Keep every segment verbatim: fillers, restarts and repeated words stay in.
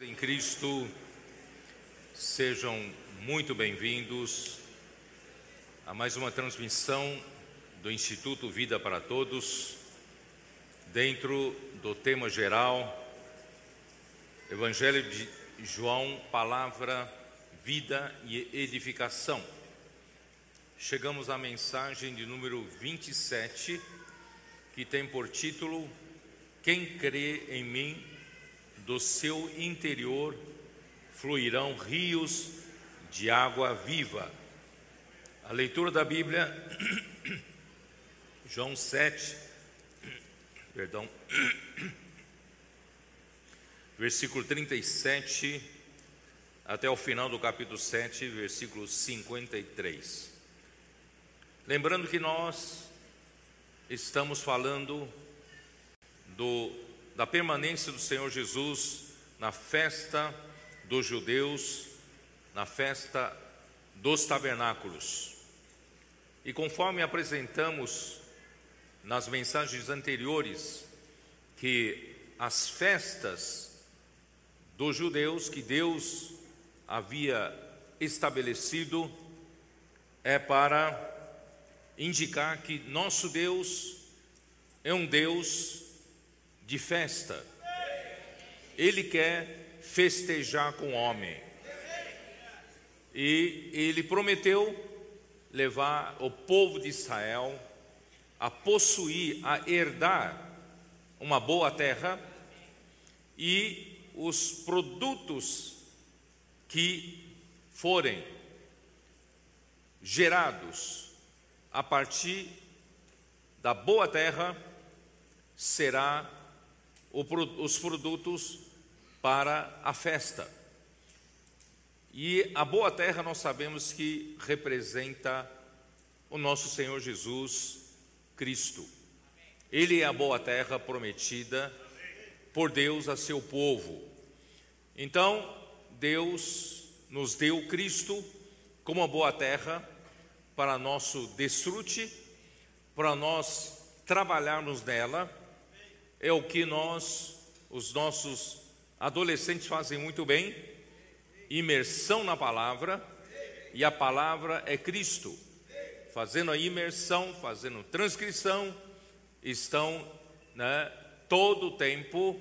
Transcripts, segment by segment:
Em Cristo, sejam muito bem-vindos a mais uma transmissão do Instituto Vida para Todos, dentro do tema geral, Evangelho de João, Palavra, Vida e Edificação. Chegamos à mensagem de número vinte e sete, que tem por título: Quem crê em mim, do seu interior fluirão rios de água viva. A leitura da Bíblia, João sete, perdão, versículo trinta e sete, até o final do capítulo sete, versículo cinquenta e três. Lembrando que nós estamos falando do da permanência do Senhor Jesus na festa dos judeus, na festa dos tabernáculos. E conforme apresentamos nas mensagens anteriores, que as festas dos judeus que Deus havia estabelecido é para indicar que nosso Deus é um Deus de festa. Ele quer festejar com o homem. E ele prometeu levar o povo de Israel a possuir, a herdar uma boa terra, e os produtos que forem gerados a partir da boa terra será os produtos para a festa. E a boa terra nós sabemos que representa o nosso Senhor Jesus Cristo. Ele é a boa terra prometida por Deus a seu povo. Então, Deus nos deu Cristo como a boa terra para nosso desfrute, para nós trabalharmos nela. É o que nós, os nossos adolescentes fazem muito bem: imersão na palavra, e a palavra é Cristo. Fazendo a imersão, fazendo transcrição, estão, né, todo o tempo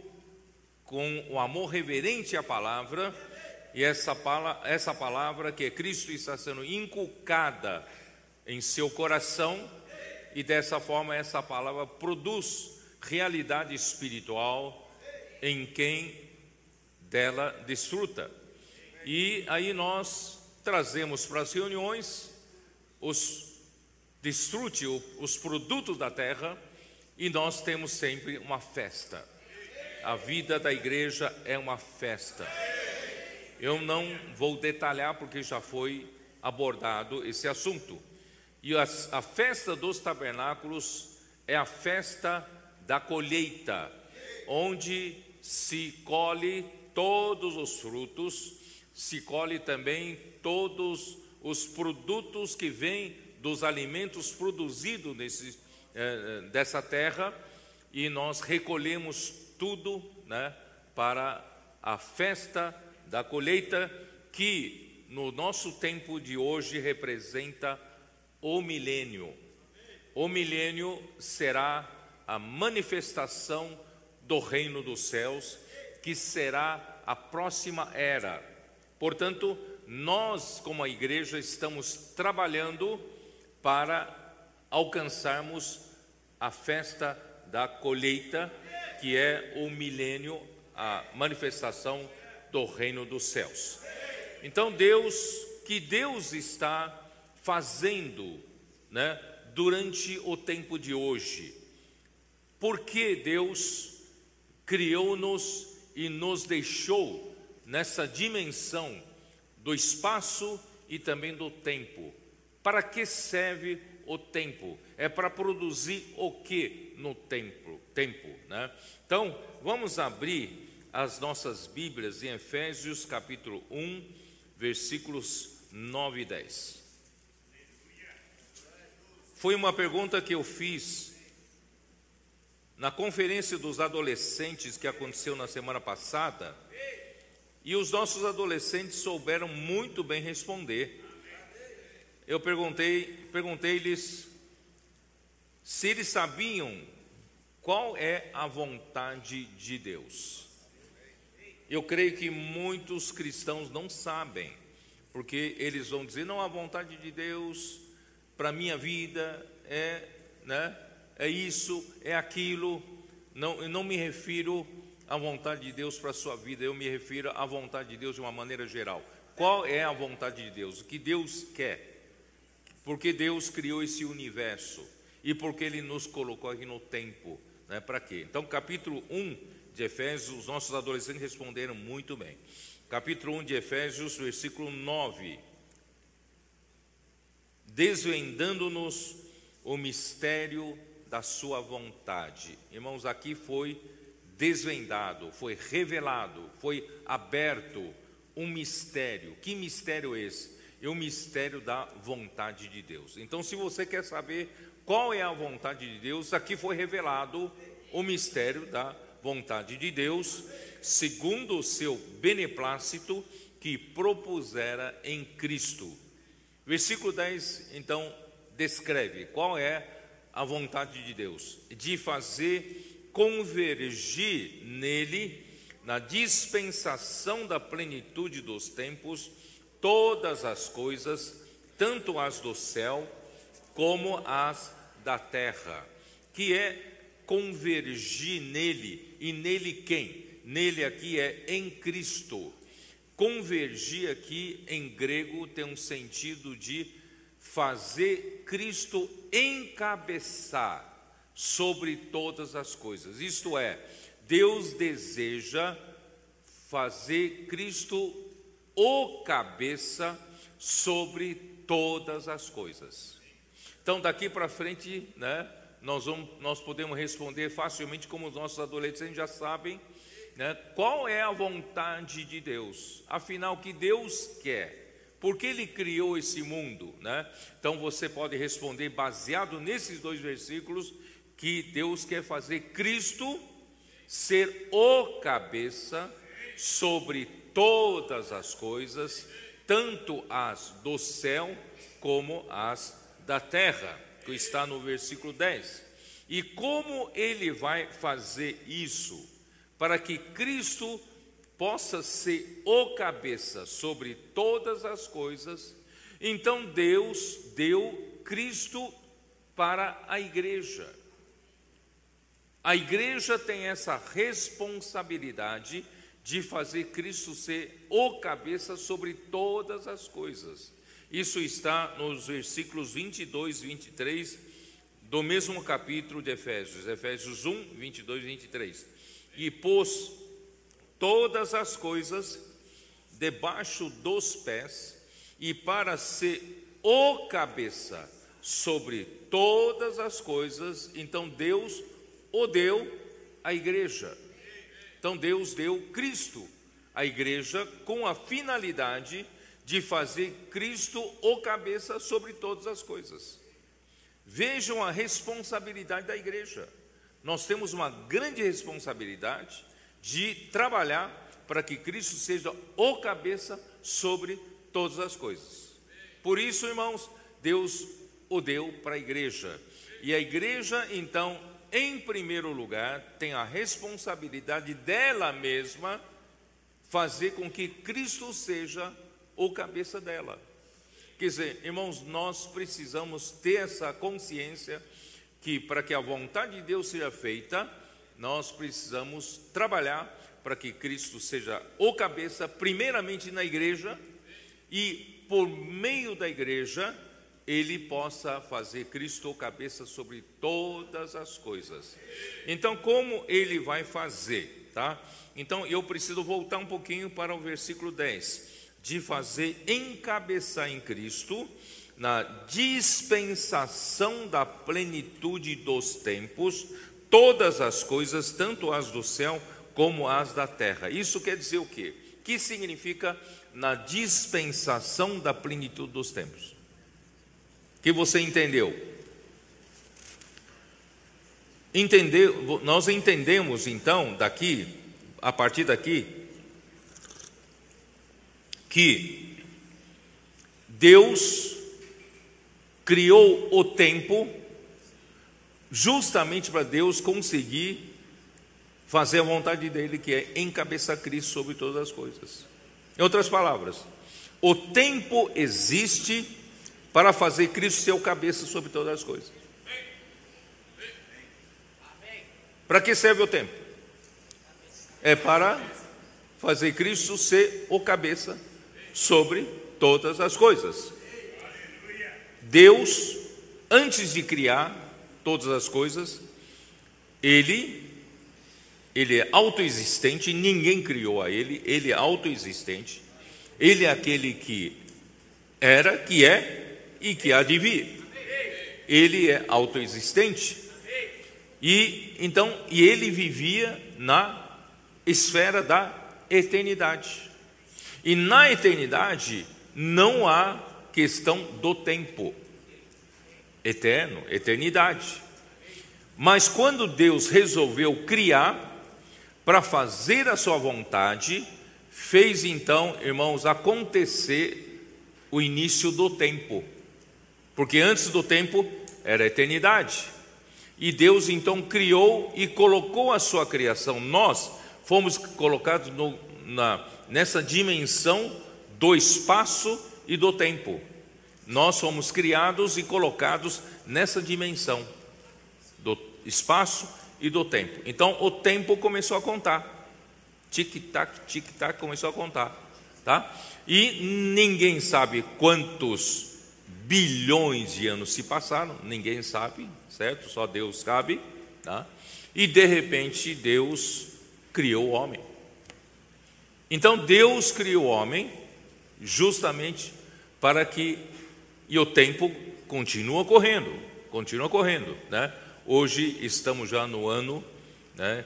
com o amor reverente à palavra, e essa palavra, essa palavra que é Cristo está sendo inculcada em seu coração, e dessa forma essa palavra produz realidade espiritual em quem dela desfruta. E aí nós trazemos para as reuniões os desfrute, os produtos da terra, e nós temos sempre uma festa. A vida da igreja é uma festa. Eu não vou detalhar porque já foi abordado esse assunto. E a, a festa dos tabernáculos é a festa da colheita, onde se colhe todos os frutos, se colhe também todos os produtos que vêm dos alimentos produzidos nesse, eh, dessa terra, e nós recolhemos tudo, né, para a festa da colheita, que no nosso tempo de hoje representa o milênio. O milênio será a manifestação do reino dos céus, que será a próxima era. Portanto, nós como a igreja estamos trabalhando para alcançarmos a festa da colheita, que é o milênio, a manifestação do reino dos céus. Então Deus, que Deus está fazendo, né, durante o tempo de hoje? Porque Deus criou-nos e nos deixou nessa dimensão do espaço e também do tempo. Para que serve o tempo? É para produzir o que no tempo, tempo, né? Então, vamos abrir as nossas Bíblias em Efésios capítulo um, versículos nove e dez. Foi uma pergunta que eu fiz na conferência dos adolescentes que aconteceu na semana passada, E os nossos adolescentes souberam muito bem responder. Eu perguntei, perguntei-lhes se eles sabiam qual é a vontade de Deus. Eu creio que muitos cristãos não sabem, porque eles vão dizer: não, a vontade de Deus para a minha vida é, né, é isso, é aquilo. Não, eu não me refiro à vontade de Deus para a sua vida, eu me refiro à vontade de Deus de uma maneira geral. Qual é a vontade de Deus? O que Deus quer? Porque Deus criou esse universo e porque Ele nos colocou aqui no tempo, né, para quê? Então, capítulo um de Efésios, os nossos adolescentes responderam muito bem. Capítulo um de Efésios, versículo nove. Desvendando-nos o mistério da sua vontade. Irmãos, aqui foi desvendado, foi revelado, foi aberto um mistério. Que mistério é esse? É o mistério da vontade de Deus. Então, se você quer saber qual é a vontade de Deus, aqui foi revelado o mistério da vontade de Deus, segundo o seu beneplácito que propusera em Cristo. Versículo dez, então, descreve qual é a vontade de Deus: de fazer convergir nele, na dispensação da plenitude dos tempos, todas as coisas, tanto as do céu como as da terra. Que é convergir nele, e nele quem? Nele aqui é em Cristo. Convergir aqui em grego tem um sentido de fazer Cristo encabeçar sobre todas as coisas. Isto é, Deus deseja fazer Cristo o cabeça sobre todas as coisas. Então, daqui para frente, né, nós, vamos, nós podemos responder facilmente, como os nossos adolescentes já sabem, né, qual é a vontade de Deus. Afinal, o que Deus quer? Por que Ele criou esse mundo, né? Então, você pode responder baseado nesses dois versículos, que Deus quer fazer Cristo ser o cabeça sobre todas as coisas, tanto as do céu como as da terra, que está no versículo dez. E como Ele vai fazer isso? Para que Cristo possa ser o cabeça sobre todas as coisas, então Deus deu Cristo para a igreja. A igreja tem essa responsabilidade de fazer Cristo ser o cabeça sobre todas as coisas. Isso está nos versículos vinte e dois e vinte e três do mesmo capítulo de Efésios, Efésios um, vinte e dois e vinte e três. E pôs todas as coisas debaixo dos pés, e para ser o cabeça sobre todas as coisas, então Deus o deu à igreja. Então Deus deu Cristo à igreja com a finalidade de fazer Cristo o cabeça sobre todas as coisas. Vejam a responsabilidade da igreja. Nós temos uma grande responsabilidade de trabalhar para que Cristo seja o cabeça sobre todas as coisas. Por isso, irmãos, Deus o deu para a igreja. E a igreja, então, em primeiro lugar, tem a responsabilidade dela mesma fazer com que Cristo seja o cabeça dela. Quer dizer, irmãos, nós precisamos ter essa consciência que para que a vontade de Deus seja feita, nós precisamos trabalhar para que Cristo seja o cabeça, primeiramente na igreja, e por meio da igreja, Ele possa fazer Cristo o cabeça sobre todas as coisas. Então, como Ele vai fazer, tá? Então, eu preciso voltar um pouquinho para o versículo dez, de fazer encabeçar em Cristo, na dispensação da plenitude dos tempos, todas as coisas, tanto as do céu como as da terra. Isso quer dizer o quê? Que significa na dispensação da plenitude dos tempos? Que você entendeu? Entendeu? Nós entendemos então daqui, a partir daqui, que Deus criou o tempo justamente para Deus conseguir fazer a vontade dele, que é encabeçar Cristo sobre todas as coisas. Em outras palavras, o tempo existe para fazer Cristo ser o cabeça sobre todas as coisas. Para que serve o tempo? É para fazer Cristo ser o cabeça sobre todas as coisas. Deus, antes de criar todas as coisas, Ele, Ele é autoexistente, ninguém criou a Ele, Ele é autoexistente, Ele é aquele que era, que é e que há de vir. Ele é autoexistente. E então, e Ele vivia na esfera da eternidade. E na eternidade não há questão do tempo. Eterno, eternidade. Mas quando Deus resolveu criar para fazer a sua vontade, fez então, irmãos, acontecer o início do tempo. Porque antes do tempo era a eternidade. E Deus então criou e colocou a sua criação. Nós fomos colocados no, na, nessa dimensão do espaço e do tempo. Nós fomos criados e colocados nessa dimensão do espaço e do tempo. Então o tempo começou a contar. Tic-tac, tic-tac, começou a contar, tá? E ninguém sabe quantos bilhões de anos se passaram, ninguém sabe, certo? Só Deus sabe, tá? E de repente Deus criou o homem. Então Deus criou o homem justamente para que, e o tempo continua correndo, continua correndo, né? Hoje estamos já no ano, né,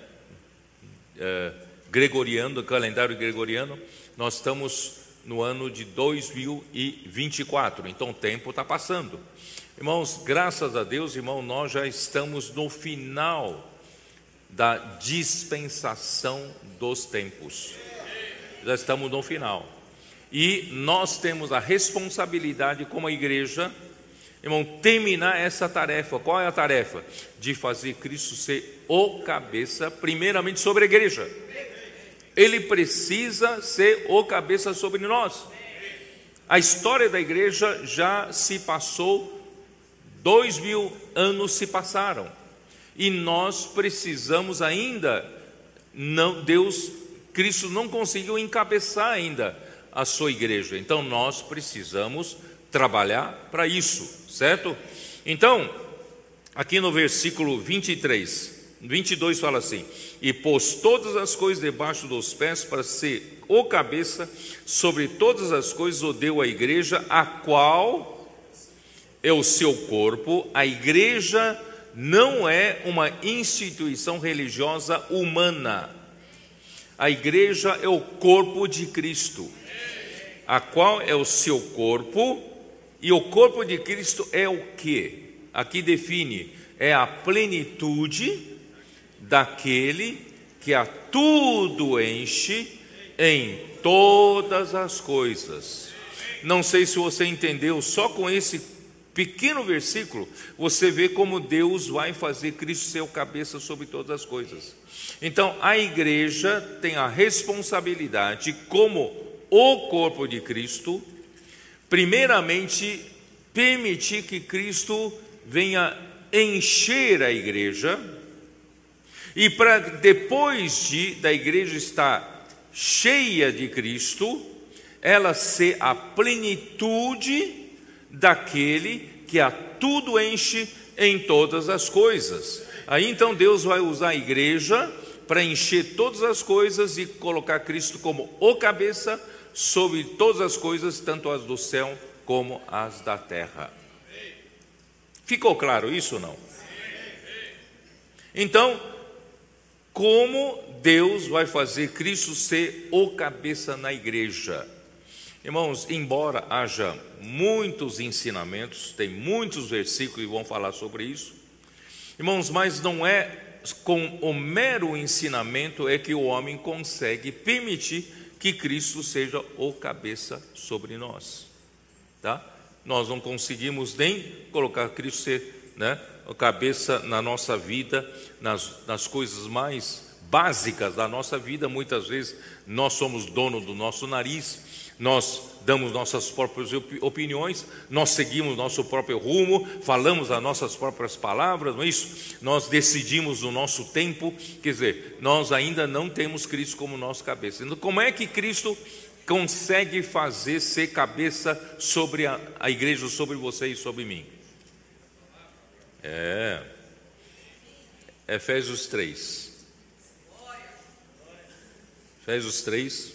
é, gregoriano, calendário gregoriano, nós estamos no ano de dois mil e vinte e quatro, então o tempo está passando. Irmãos, graças a Deus, irmão, nós já estamos no final da dispensação dos tempos. Já estamos no final. E nós temos a responsabilidade como igreja, irmão, terminar essa tarefa. Qual é a tarefa? De fazer Cristo ser o cabeça, primeiramente sobre a igreja. Ele precisa ser o cabeça sobre nós. A história da igreja já se passou, dois mil anos se passaram. E nós precisamos ainda, não, Deus, Cristo não conseguiu encabeçar ainda a sua igreja. Então nós precisamos trabalhar para isso, certo? Então, aqui no versículo vinte e três, vinte e dois fala assim: e pôs todas as coisas debaixo dos pés para ser o cabeça sobre todas as coisas, o deu à igreja, a qual é o seu corpo. A igreja não é uma instituição religiosa humana. A igreja é o corpo de Cristo, a qual é o seu corpo. E o corpo de Cristo é o que? Aqui define, é a plenitude daquele que a tudo enche em todas as coisas. Não sei se você entendeu, só com esse pequeno versículo, você vê como Deus vai fazer Cristo ser o cabeça sobre todas as coisas. Então, a igreja tem a responsabilidade, como o corpo de Cristo, primeiramente, permitir que Cristo venha encher a igreja, e para depois de, da igreja estar cheia de Cristo, ela ser a plenitude daquele que a tudo enche em todas as coisas. Aí então Deus vai usar a igreja para encher todas as coisas e colocar Cristo como o cabeça sobre todas as coisas, tanto as do céu como as da terra. Ficou claro isso ou não? Então, como Deus vai fazer Cristo ser o cabeça na igreja? Irmãos, embora haja muitos ensinamentos, tem muitos versículos que vão falar sobre isso, irmãos, mas não é com o mero ensinamento é que o homem consegue permitir que Cristo seja o cabeça sobre nós, tá? Nós não conseguimos nem colocar Cristo ser, né, o cabeça na nossa vida, nas, nas coisas mais básicas da nossa vida. Muitas vezes nós somos dono do nosso nariz, nós damos nossas próprias opiniões, nós seguimos nosso próprio rumo, falamos as nossas próprias palavras, não é isso? Nós decidimos o nosso tempo, quer dizer, nós ainda não temos Cristo como nosso cabeça. Então, como é que Cristo consegue fazer ser cabeça sobre a, a igreja, sobre você e sobre mim? É, Efésios três. Efésios três,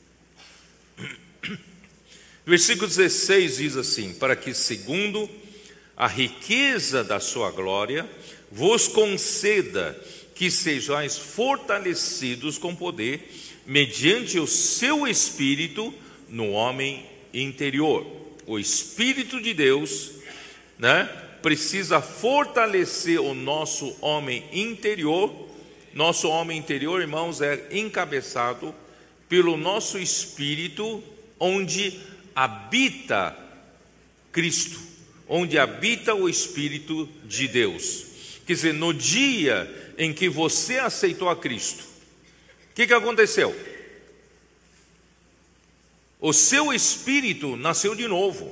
versículo dezesseis diz assim: para que segundo a riqueza da sua glória vos conceda que sejais fortalecidos com poder mediante o seu Espírito no homem interior. O Espírito de Deus, né, precisa fortalecer o nosso homem interior. Nosso homem interior, irmãos, é encabeçado pelo nosso espírito, onde habita Cristo, onde habita o Espírito de Deus. Quer dizer, no dia em que você aceitou a Cristo, o que, que aconteceu? O seu espírito nasceu de novo.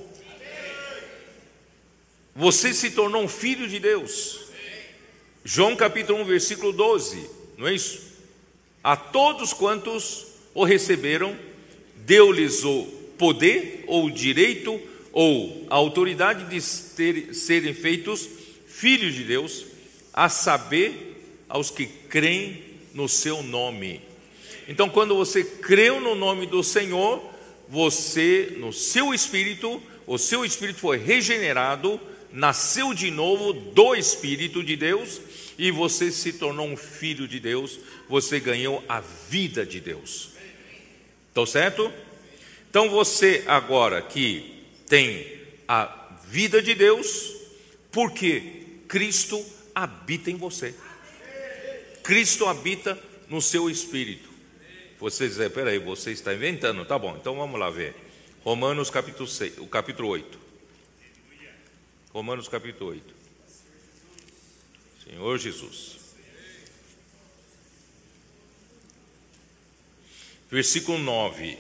Você se tornou um filho de Deus. João capítulo um, versículo doze, não é isso? A todos quantos o receberam, deu-lhes o poder, ou o direito, ou a autoridade de ter, serem feitos filhos de Deus, a saber, aos que creem no seu nome. Então, quando você creu no nome do Senhor, você, no seu espírito, o seu espírito foi regenerado, nasceu de novo do Espírito de Deus, e você se tornou um filho de Deus, você ganhou a vida de Deus. Estou certo? Então você agora que tem a vida de Deus, porque Cristo habita em você. Cristo habita no seu espírito. Você diz, peraí, você está inventando, tá bom, então vamos lá ver. Romanos capítulo seis, o capítulo oito. Romanos capítulo oito. Senhor Jesus. Versículo nove.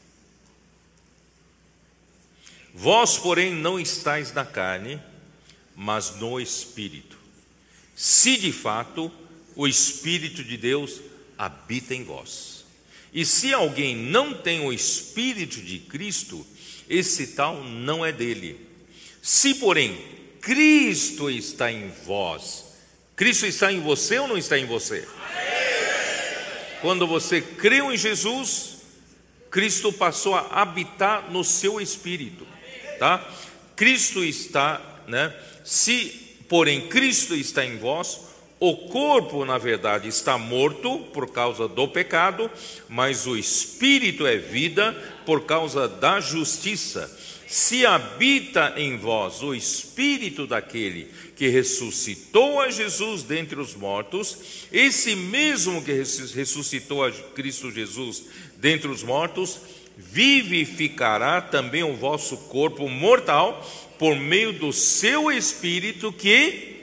Vós, porém, não estáis na carne, mas no Espírito, se de fato o Espírito de Deus habita em vós. E se alguém não tem o Espírito de Cristo, esse tal não é dele. Se, porém, Cristo está em vós, Cristo está em você ou não está em você? Quando você creu em Jesus, Cristo passou a habitar no seu espírito, tá? Cristo está, né? Se, porém, Cristo está em vós, o corpo, na verdade, está morto por causa do pecado, mas o espírito é vida por causa da justiça. Se habita em vós o Espírito daquele que ressuscitou a Jesus dentre os mortos, esse mesmo que ressuscitou a Cristo Jesus dentre os mortos, vivificará também o vosso corpo mortal por meio do seu Espírito que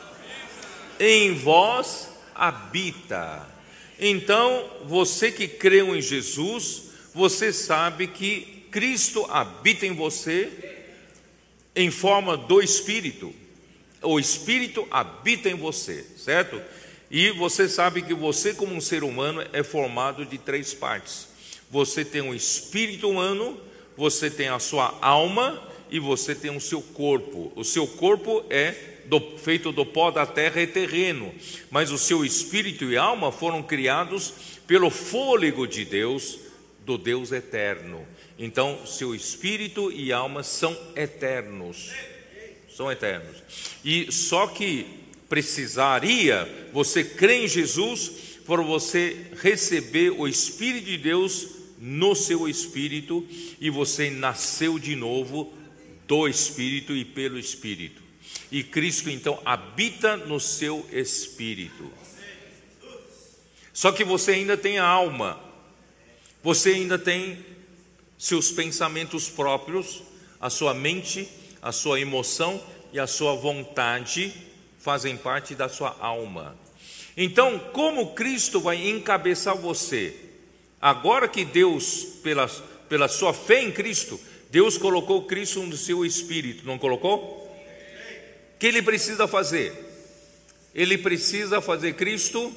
em vós habita. Então, você que creu em Jesus, você sabe que Cristo habita em você em forma do Espírito. O Espírito habita em você, certo? E você sabe que você, como um ser humano, é formado de três partes. Você tem um espírito humano, você tem a sua alma e você tem o seu corpo. O seu corpo é do, feito do pó da terra e terreno, mas o seu espírito e alma foram criados pelo fôlego de Deus, do Deus eterno. Então, seu espírito e alma são eternos, são eternos. E só que precisaria você crer em Jesus para você receber o Espírito de Deus no seu espírito, e você nasceu de novo do Espírito e pelo Espírito. E Cristo então habita no seu espírito. Só que você ainda tem a alma. Você ainda tem seus pensamentos próprios, a sua mente, a sua emoção e a sua vontade fazem parte da sua alma. Então, como Cristo vai encabeçar você? Agora que Deus, pela, pela sua fé em Cristo, Deus colocou Cristo no seu espírito, não colocou? O que Ele precisa fazer? Ele precisa fazer Cristo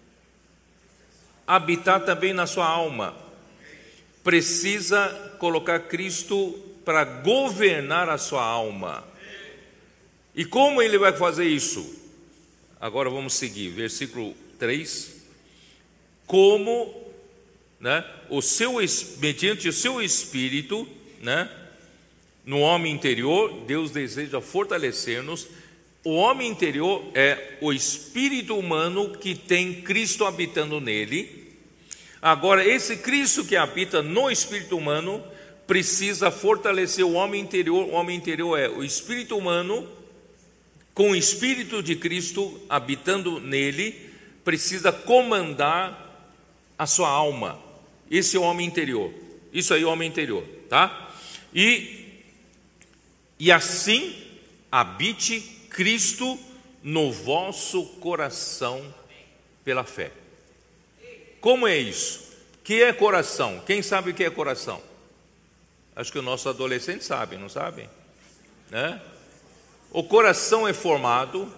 habitar também na sua alma. Precisa colocar Cristo para governar a sua alma. E como Ele vai fazer isso? Agora vamos seguir, versículo três. Como, né, o seu, mediante o seu espírito, né, no homem interior, Deus deseja fortalecer-nos. O homem interior é o espírito humano que tem Cristo habitando nele. Agora, esse Cristo que habita no espírito humano precisa fortalecer o homem interior. O homem interior é o espírito humano com o espírito de Cristo habitando nele, precisa comandar a sua alma. Esse é o homem interior. Isso aí é o homem interior, tá? E, e assim habite Cristo no vosso coração pela fé. Como é isso? O que é coração? Quem sabe o que é coração? Acho que os nossos adolescentes sabem, não sabem? Né? O coração é formado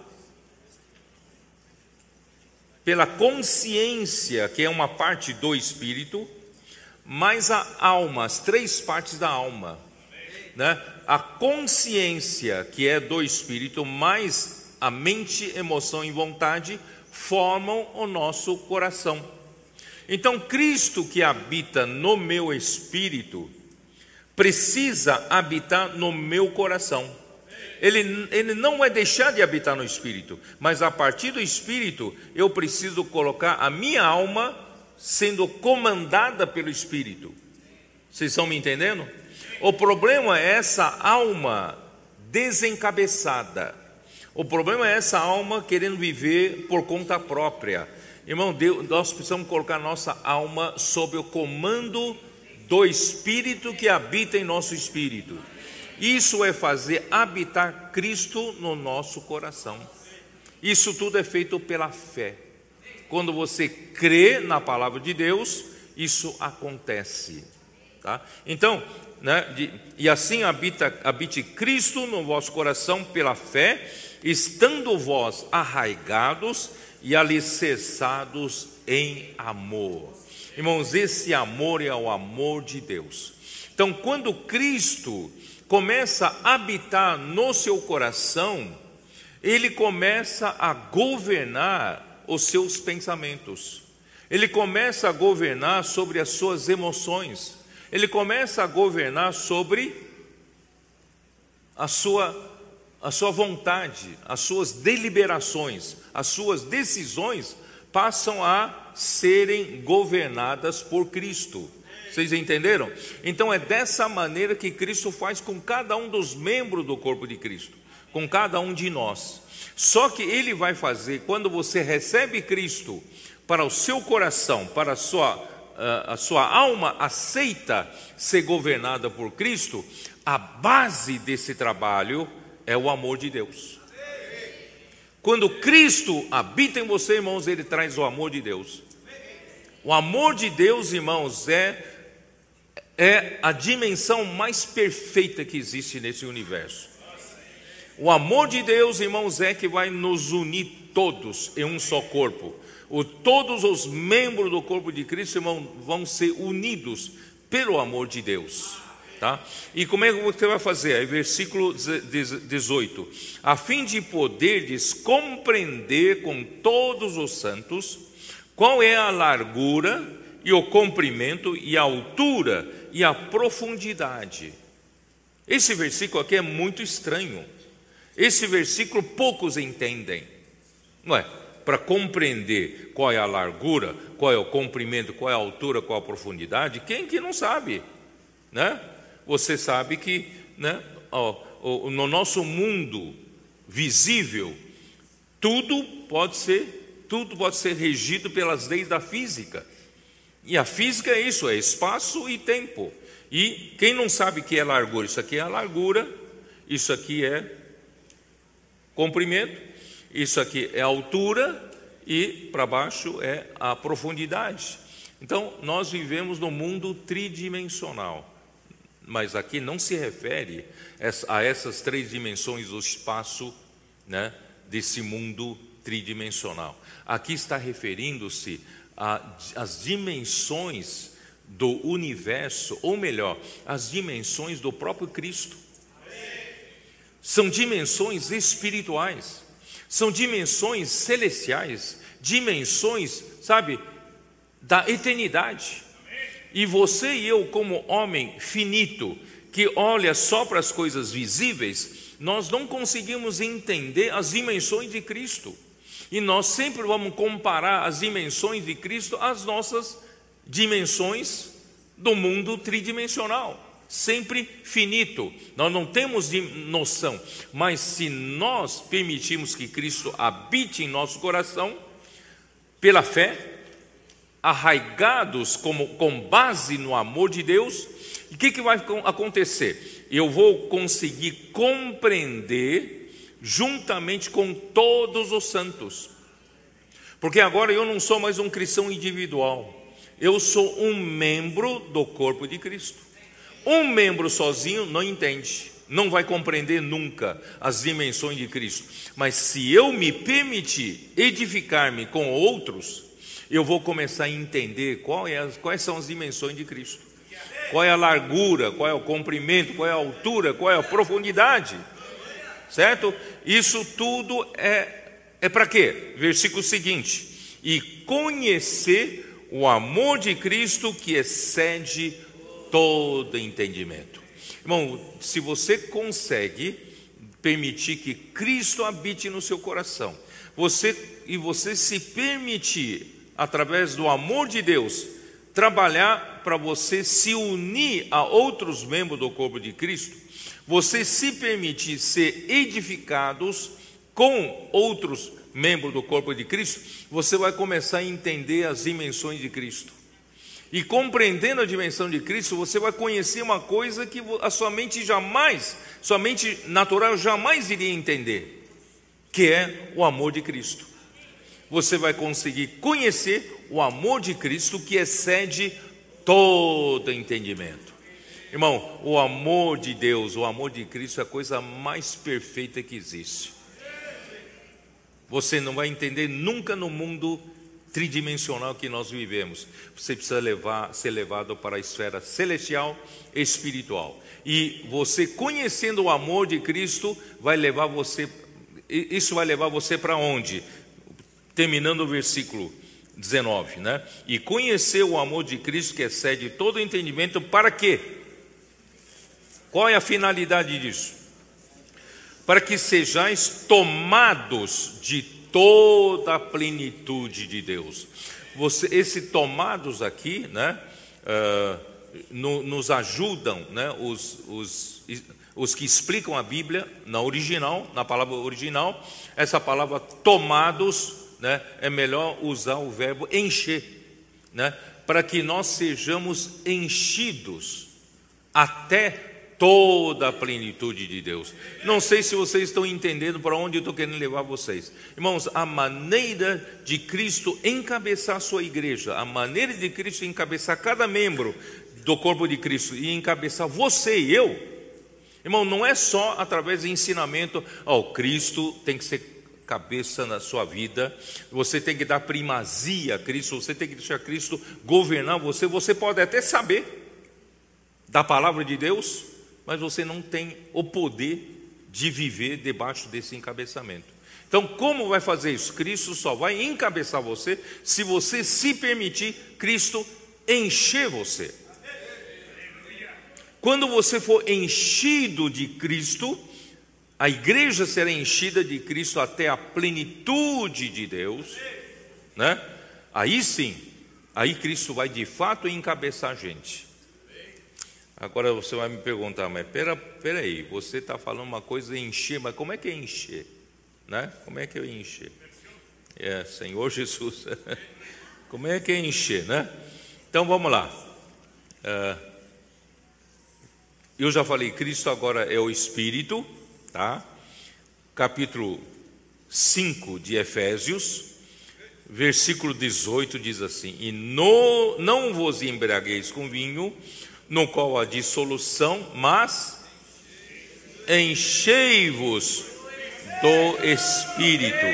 pela consciência, que é uma parte do espírito, mais a alma, as três partes da alma, né? A consciência, que é do espírito, mais a mente, emoção e vontade, formam o nosso coração. Então, Cristo que habita no meu espírito, precisa habitar no meu coração. Ele, ele não vai deixar de habitar no espírito, mas a partir do espírito, eu preciso colocar a minha alma sendo comandada pelo espírito. Vocês estão me entendendo? O problema é essa alma desencabeçada. O problema é essa alma querendo viver por conta própria. Irmão, Deus, nós precisamos colocar nossa alma sob o comando do Espírito que habita em nosso espírito. Isso é fazer habitar Cristo no nosso coração. Isso tudo é feito pela fé. Quando você crê na palavra de Deus, isso acontece, tá? Então, né, de, e assim habita, habite Cristo no vosso coração pela fé, estando vós arraigados e alicerçados em amor. Irmãos, esse amor é o amor de Deus. Então, quando Cristo começa a habitar no seu coração, Ele começa a governar os seus pensamentos. Ele começa a governar sobre as suas emoções. Ele começa a governar sobre a sua, a sua vontade, as suas deliberações, as suas decisões passam a serem governadas por Cristo. Vocês entenderam? Então é dessa maneira que Cristo faz com cada um dos membros do corpo de Cristo, com cada um de nós. Só que Ele vai fazer, quando você recebe Cristo para o seu coração, para a sua, a sua alma aceita ser governada por Cristo, a base desse trabalho é o amor de Deus. Quando Cristo habita em você, irmãos, Ele traz o amor de Deus. O amor de Deus, irmãos, é, é a dimensão mais perfeita que existe nesse universo. O amor de Deus, irmãos, é que vai nos unir todos em um só corpo. O, todos os membros do corpo de Cristo, irmão, vão ser unidos pelo amor de Deus, tá? E como é que você vai fazer? Aí, versículo dezoito: a fim de poderdes compreender com todos os santos qual é a largura e o comprimento e a altura e a profundidade. Esse versículo aqui é muito estranho. Esse versículo poucos entendem, não é? Para compreender qual é a largura, qual é o comprimento, qual é a altura, qual é a profundidade, quem que não sabe, né? Você sabe que, né, ó, no nosso mundo visível, tudo pode ser, tudo pode ser regido pelas leis da física. E a física é isso, é espaço e tempo. E quem não sabe o que é largura? Isso aqui é a largura, isso aqui é comprimento, isso aqui é altura e para baixo é a profundidade. Então, nós vivemos no mundo tridimensional, mas aqui não se refere a essas três dimensões do espaço, né, desse mundo tridimensional. Aqui está referindo-se às dimensões do universo, ou melhor, as dimensões do próprio Cristo. São dimensões espirituais, são dimensões celestiais, dimensões, sabe, da eternidade. E você e eu, como homem finito, que olha só para as coisas visíveis, nós não conseguimos entender as dimensões de Cristo. E nós sempre vamos comparar as dimensões de Cristo às nossas dimensões do mundo tridimensional, sempre finito. Nós não temos noção, mas se nós permitirmos que Cristo habite em nosso coração, pela fé, arraigados como, com base no amor de Deus, o que, que vai acontecer? Eu vou conseguir compreender juntamente com todos os santos, porque agora eu não sou mais um cristão individual, eu sou um membro do corpo de Cristo. Um membro sozinho não entende, não vai compreender nunca as dimensões de Cristo, mas se eu me permitir edificar-me com outros, eu vou começar a entender qual é as, quais são as dimensões de Cristo, qual é a largura, qual é o comprimento, qual é a altura, qual é a profundidade, certo? Isso tudo é, é para quê? Versículo seguinte: e conhecer o amor de Cristo que excede todo entendimento. Irmão, se você consegue permitir que Cristo habite no seu coração, você, e você se permitir, através do amor de Deus, trabalhar para você se unir a outros membros do corpo de Cristo, você se permitir ser edificados com outros membros do corpo de Cristo, você vai começar a entender as dimensões de Cristo. E compreendendo a dimensão de Cristo, você vai conhecer uma coisa que a sua mente jamais, sua mente natural jamais iria entender, que é o amor de Cristo. Você vai conseguir conhecer o amor de Cristo que excede todo entendimento. Irmão, o amor de Deus, o amor de Cristo é a coisa mais perfeita que existe. Você não vai entender nunca no mundo tridimensional que nós vivemos. Você precisa levar, ser levado para a esfera celestial e espiritual. E você conhecendo o amor de Cristo, vai levar você, isso vai levar você para onde? Terminando o versículo dezenove, né? E conhecer o amor de Cristo que excede todo entendimento, para quê? Qual é a finalidade disso? Para que sejais tomados de toda a plenitude de Deus. Você, esse tomados aqui, né, uh, no, nos ajudam, né, os, os, os que explicam a Bíblia na original, na palavra original, essa palavra tomados, né, é melhor usar o verbo encher, né, para que nós sejamos enchidos até toda a plenitude de Deus. Não sei se vocês estão entendendo para onde eu estou querendo levar vocês. Irmãos, a maneira de Cristo encabeçar a sua igreja, a maneira de Cristo encabeçar cada membro do corpo de Cristo e encabeçar você e eu, irmão, não é só através do ensinamento, ó, oh, Cristo tem que ser cabeça na sua vida, você tem que dar primazia a Cristo, você tem que deixar Cristo governar você. Você pode até saber da palavra de Deus, mas você não tem o poder de viver debaixo desse encabeçamento. Então, como vai fazer isso? Cristo só vai encabeçar você se você se permitir Cristo encher você. Quando você for enchido de Cristo, a igreja será enchida de Cristo até a plenitude de Deus, né? Aí sim, aí Cristo vai de fato encabeçar a gente. Agora você vai me perguntar, mas pera, pera aí, você está falando uma coisa encher, mas como é que é encher? Né? Como é que é encher? É, Senhor Jesus, como é que é encher, né? Então vamos lá. Uh, eu já falei, Cristo agora é o Espírito, tá? Capítulo cinco de Efésios, versículo dezoito diz assim: E no, não vos embriagueis com vinho, no qual há dissolução, mas enchei-vos do Espírito.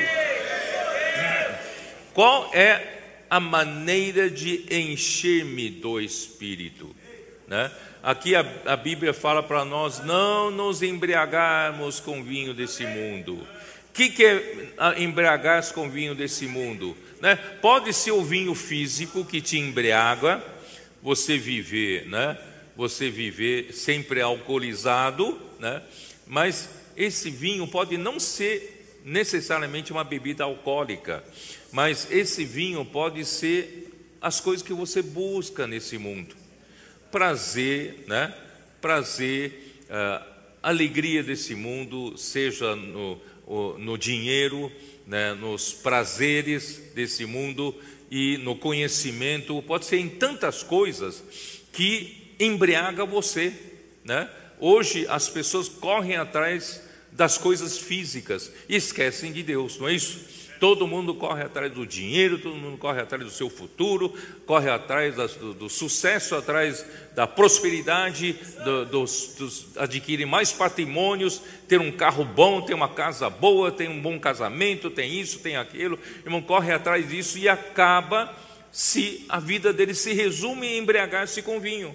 Qual é a maneira de encher-me do Espírito? Né? Aqui a, a Bíblia fala para nós não nos embriagarmos com vinho desse mundo. O que, que é embriagar-se com vinho desse mundo? Né? Pode ser o vinho físico que te embriaga, você viver, né? Você viver sempre alcoolizado, né? Mas esse vinho pode não ser necessariamente uma bebida alcoólica, mas esse vinho pode ser as coisas que você busca nesse mundo. Prazer, né? Prazer, uh, alegria desse mundo, seja no, no dinheiro, né? Nos prazeres desse mundo e no conhecimento, pode ser em tantas coisas que embriaga você, né? Hoje as pessoas correm atrás das coisas físicas e esquecem de Deus, não é isso? Todo mundo corre atrás do dinheiro, todo mundo corre atrás do seu futuro, corre atrás do, do sucesso, atrás da prosperidade, do, dos, dos, adquirir mais patrimônios, ter um carro bom, ter uma casa boa, ter um bom casamento, tem isso, tem aquilo. Irmão, corre atrás disso e acaba se a vida dele se resume em embriagar-se com vinho.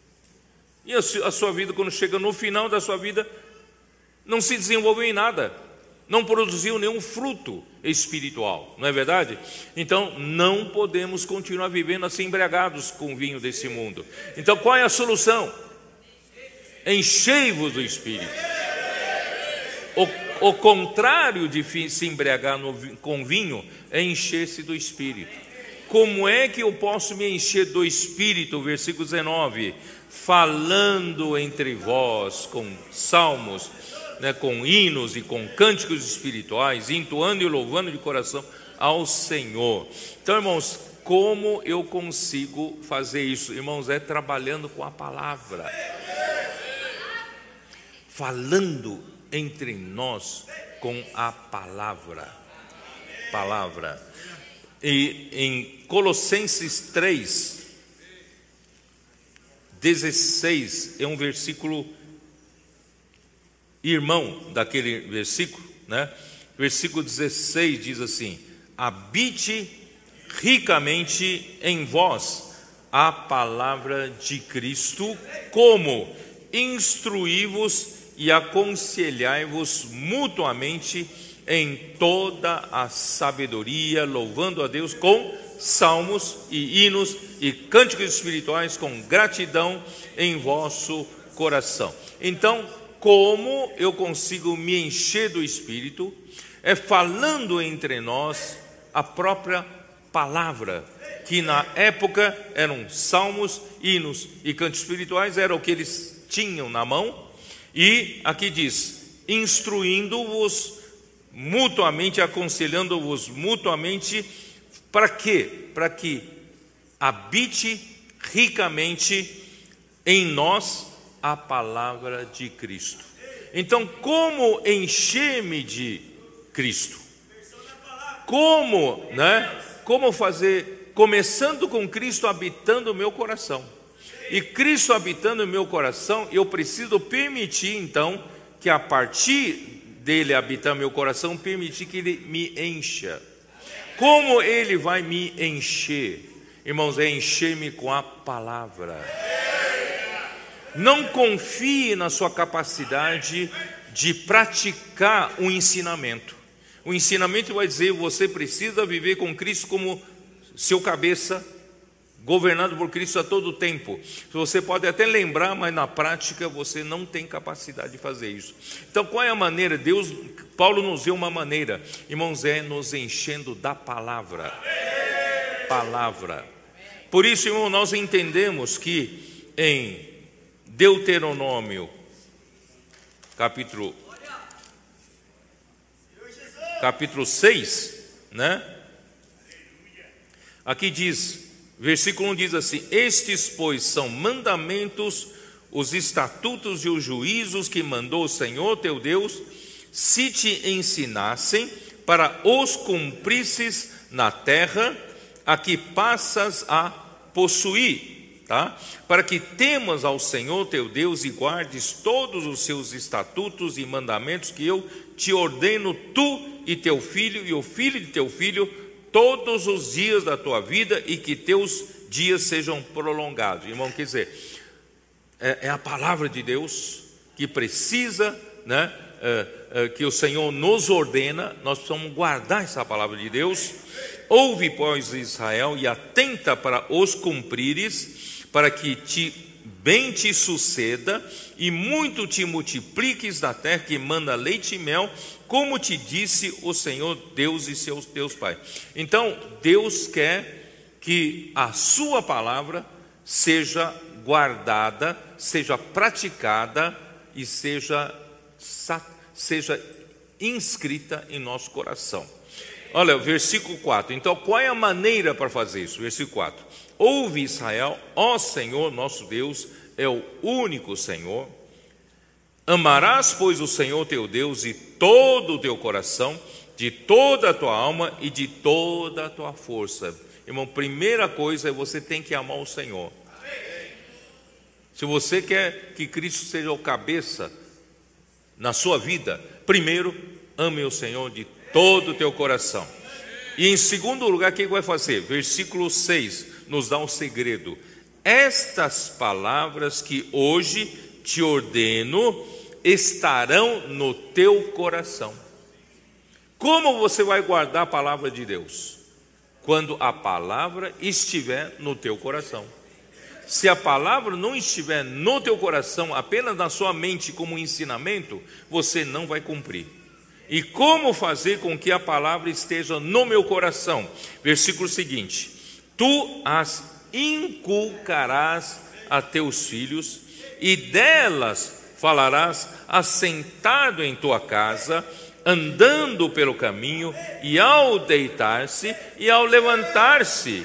E a sua vida, quando chega no final da sua vida, não se desenvolveu em nada, não produziu nenhum fruto espiritual, não é verdade? Então, não podemos continuar vivendo assim embriagados com o vinho desse mundo. Então, qual é a solução? Enchei-vos do Espírito. O, o contrário de se embriagar no, com vinho é encher-se do Espírito. Como é que eu posso me encher do Espírito? Versículo dezenove: falando entre vós com salmos, né, com hinos e com cânticos espirituais, entoando e louvando de coração ao Senhor. Então, irmãos, como eu consigo fazer isso? Irmãos, é trabalhando com a palavra, falando entre nós com a palavra. Palavra. E em Colossenses três, dezesseis, é um versículo irmão daquele versículo, né? Versículo dezesseis diz assim: habite ricamente em vós a palavra de Cristo, como instruí-vos e aconselhai-vos mutuamente em toda a sabedoria, louvando a Deus com salmos e hinos e cânticos espirituais, com gratidão em vosso coração. Então, como eu consigo me encher do Espírito? É falando entre nós a própria palavra, que na época eram salmos, hinos e cantos espirituais, era o que eles tinham na mão. E aqui diz: instruindo-vos mutuamente, aconselhando-vos mutuamente, para quê? Para que habite ricamente em nós a palavra de Cristo. Então, como encher-me de Cristo? Como, né? Como fazer? Começando com Cristo habitando o meu coração. E Cristo habitando o meu coração, eu preciso permitir, então, que a partir dele habitar meu coração, permitir que ele me encha. Como ele vai me encher? Irmãos, é encher-me com a palavra. Não confie na sua capacidade de praticar um ensinamento. O ensinamento vai dizer: você precisa viver com Cristo como seu cabeça, governado por Cristo a todo tempo. Você pode até lembrar, mas na prática você não tem capacidade de fazer isso. Então, qual é a maneira? Deus, Paulo nos deu uma maneira, irmãos, é nos enchendo da palavra. Palavra. Por isso, irmão, nós entendemos que em Deuteronômio, capítulo, capítulo seis, né? Aqui diz, Versículo um diz assim: estes, pois, são mandamentos, os estatutos e os juízos que mandou o Senhor teu Deus, se te ensinassem, para os cumprisses na terra a que passas a possuir, tá? Para que temas ao Senhor teu Deus e guardes todos os seus estatutos e mandamentos que eu te ordeno, tu e teu filho e o filho de teu filho, todos os dias da tua vida, e que teus dias sejam prolongados. Irmão, quer dizer, é, é a palavra de Deus que precisa, né, é, é, que o Senhor nos ordena, nós precisamos guardar essa palavra de Deus. Ouve, pois, Israel, e atenta para os cumprires, para que te, bem te suceda, e muito te multipliques na terra que manda leite e mel, como te disse o Senhor Deus e seus teus pais. Então, Deus quer que a sua palavra seja guardada, seja praticada e seja, seja inscrita em nosso coração. Olha, versículo quatro. Então, qual é a maneira para fazer isso? Versículo quatro. Ouve, Israel, ó Senhor nosso Deus é o único Senhor. Amarás, pois, o Senhor teu Deus de todo o teu coração, de toda a tua alma e de toda a tua força. Irmão, primeira coisa é você tem que amar o Senhor. Se você quer que Cristo seja o cabeça na sua vida, primeiro, ame o Senhor de todo o teu coração. E em segundo lugar, o que vai fazer? Versículo seis nos dá um segredo. Estas palavras que hoje te ordeno estarão no teu coração. Como você vai guardar a palavra de Deus? Quando a palavra estiver no teu coração. Se a palavra não estiver no teu coração, apenas na sua mente como ensinamento, você não vai cumprir. E como fazer com que a palavra esteja no meu coração? Versículo seguinte: tu as inculcarás a teus filhos, e delas falarás assentado em tua casa, andando pelo caminho, e ao deitar-se e ao levantar-se.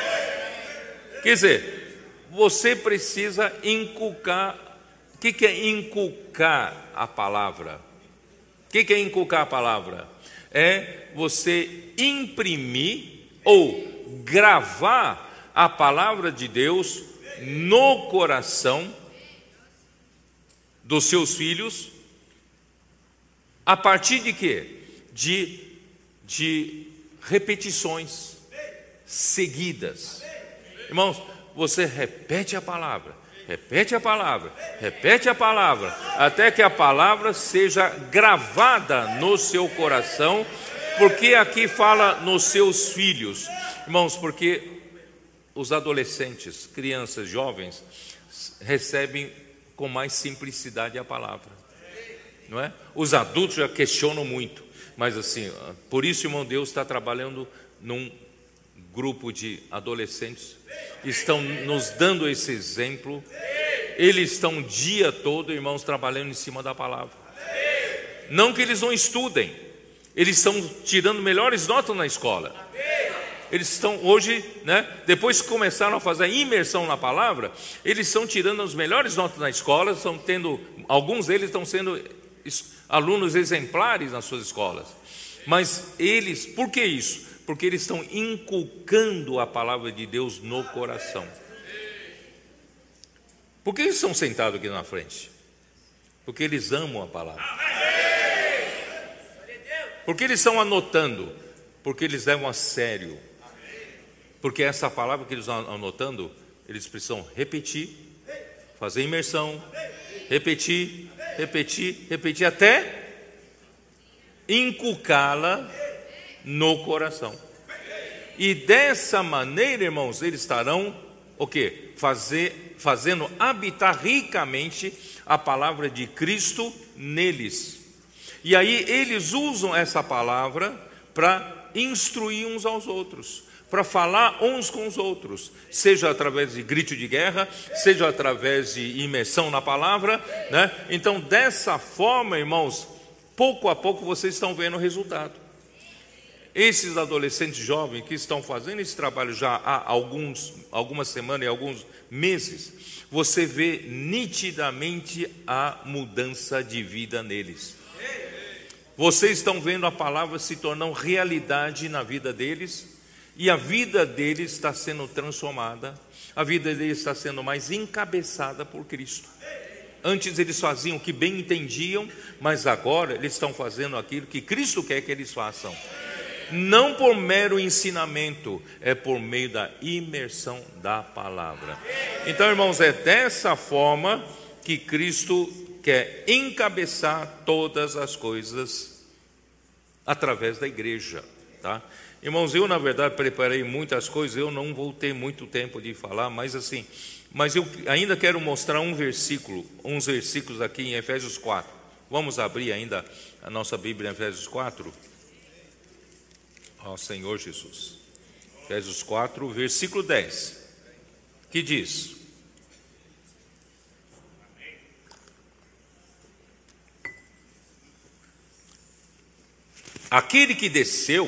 Quer dizer, você precisa inculcar. O que é inculcar a palavra? O que é inculcar a palavra? É você imprimir ou gravar a palavra de Deus no coração dos seus filhos, a partir de quê? De, de repetições seguidas. Irmãos, você repete a palavra, repete a palavra, repete a palavra, até que a palavra seja gravada no seu coração. Porque aqui fala nos seus filhos, irmãos, porque os adolescentes, crianças, jovens recebem com mais simplicidade a palavra, não é? Os adultos já questionam muito, mas assim, por isso, irmão, Deus está trabalhando num grupo de adolescentes, estão nos dando esse exemplo, eles estão o dia todo, irmãos, trabalhando em cima da palavra. Não que eles não estudem, eles estão tirando melhores notas na escola. Eles estão hoje, né, depois que começaram a fazer a imersão na palavra, eles estão tirando as melhores notas na escola, estão tendo, alguns deles estão sendo alunos exemplares nas suas escolas. Mas eles, por que isso? Porque eles estão inculcando a palavra de Deus no coração. Por que eles estão sentados aqui na frente? Porque eles amam a palavra. Porque eles estão anotando? Porque eles levam a sério. Porque essa palavra que eles estão anotando, eles precisam repetir, fazer imersão, repetir, repetir, repetir, até inculcá-la no coração. E dessa maneira, irmãos, eles estarão o quê? Fazer, fazendo habitar ricamente a palavra de Cristo neles. E aí eles usam essa palavra para instruir uns aos outros, para falar uns com os outros, seja através de grito de guerra, seja através de imersão na palavra, né? Então, dessa forma, irmãos, pouco a pouco vocês estão vendo o resultado. esses adolescentes jovens que estão fazendo esse trabalho já há alguns, algumas semanas e alguns meses, você vê nitidamente a mudança de vida neles. Vocês estão vendo a palavra se tornando realidade na vida deles, e a vida deles está sendo transformada, a vida deles está sendo mais encabeçada por Cristo. Antes eles faziam o que bem entendiam, mas agora eles estão fazendo aquilo que Cristo quer que eles façam. Não por mero ensinamento, é por meio da imersão da palavra. Então, irmãos, é dessa forma que Cristo quer encabeçar todas as coisas através da igreja, tá? Irmãos, eu na verdade preparei muitas coisas, eu não vou ter muito tempo de falar, mas assim, mas eu ainda quero mostrar um versículo, uns versículos aqui em Efésios quatro. Vamos abrir ainda a nossa Bíblia em Efésios quatro. Ó Senhor Jesus. Efésios quatro, versículo dez, que diz: aquele que desceu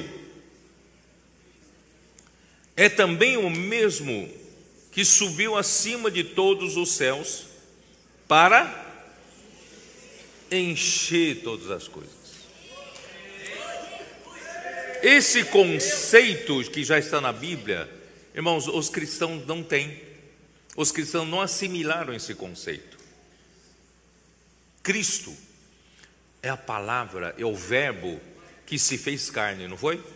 é também o mesmo que subiu acima de todos os céus para encher todas as coisas. Esse conceito que já está na Bíblia, irmãos, os cristãos não têm. Os cristãos não assimilaram esse conceito. Cristo é a palavra, é o verbo que se fez carne, não foi?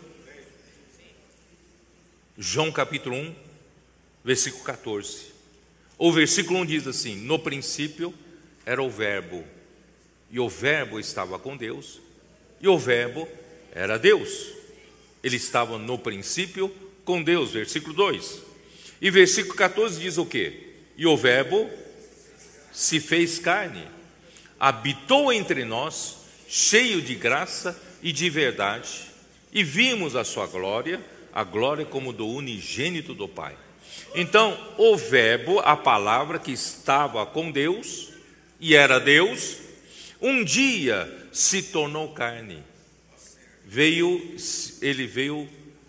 João capítulo um, versículo quatorze. O versículo um diz assim: no princípio era o verbo, e o verbo estava com Deus, e o verbo era Deus. Ele estava no princípio com Deus, versículo dois. E versículo quatorze diz o quê? E o verbo se fez carne, habitou entre nós, cheio de graça e de verdade, e vimos a sua glória, a glória como do unigênito do Pai. Então, o verbo, a palavra que estava com Deus e era Deus, um dia se tornou carne. Veio, ele veio,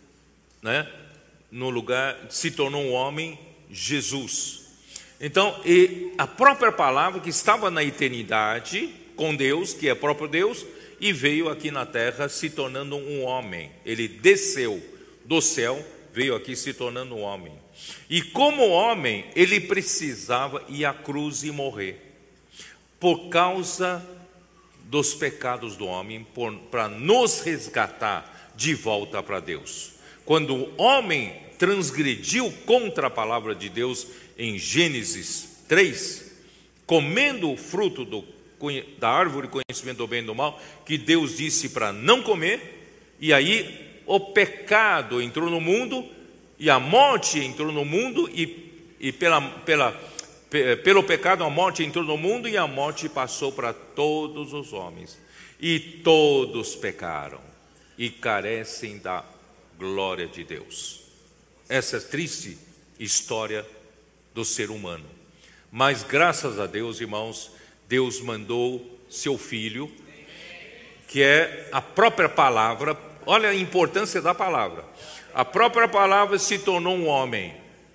né, no lugar, se tornou um homem, Jesus. Então, e a própria palavra que estava na eternidade com Deus, que é próprio Deus, e veio aqui na terra se tornando um homem. Ele desceu do céu, veio aqui se tornando um homem. E como homem, ele precisava ir à cruz e morrer, por causa dos pecados do homem, para nos resgatar de volta para Deus. Quando o homem transgrediu contra a palavra de Deus em Gênesis três, comendo o fruto do, da árvore do conhecimento do bem e do mal, que Deus disse para não comer, e aí o pecado entrou no mundo, e a morte entrou no mundo, e, e pela, pela, pelo pecado a morte entrou no mundo, e a morte passou para todos os homens. E todos pecaram, e carecem da glória de Deus. Essa é a triste história do ser humano. Mas graças a Deus, irmãos, Deus mandou seu Filho, que é a própria palavra. Olha a importância da palavra. A própria palavra se tornou um homem,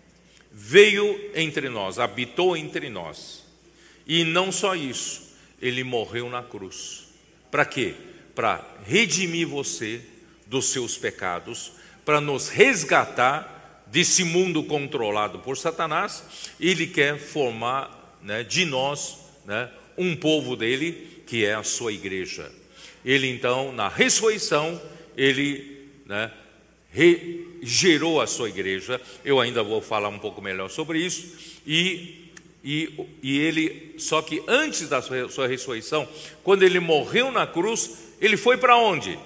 veio entre nós, habitou entre nós. E não só isso, ele morreu na cruz. Para quê? Para redimir você dos seus pecados, para nos resgatar desse mundo controlado por Satanás. Ele quer formar, né, de nós, né, um povo dele, que é a sua igreja. Ele então, na ressurreição, ele, né, re, gerou a sua igreja. Eu ainda vou falar um pouco melhor sobre isso. E, e, e ele, só que antes da sua, sua ressurreição, quando ele morreu na cruz, ele foi para onde?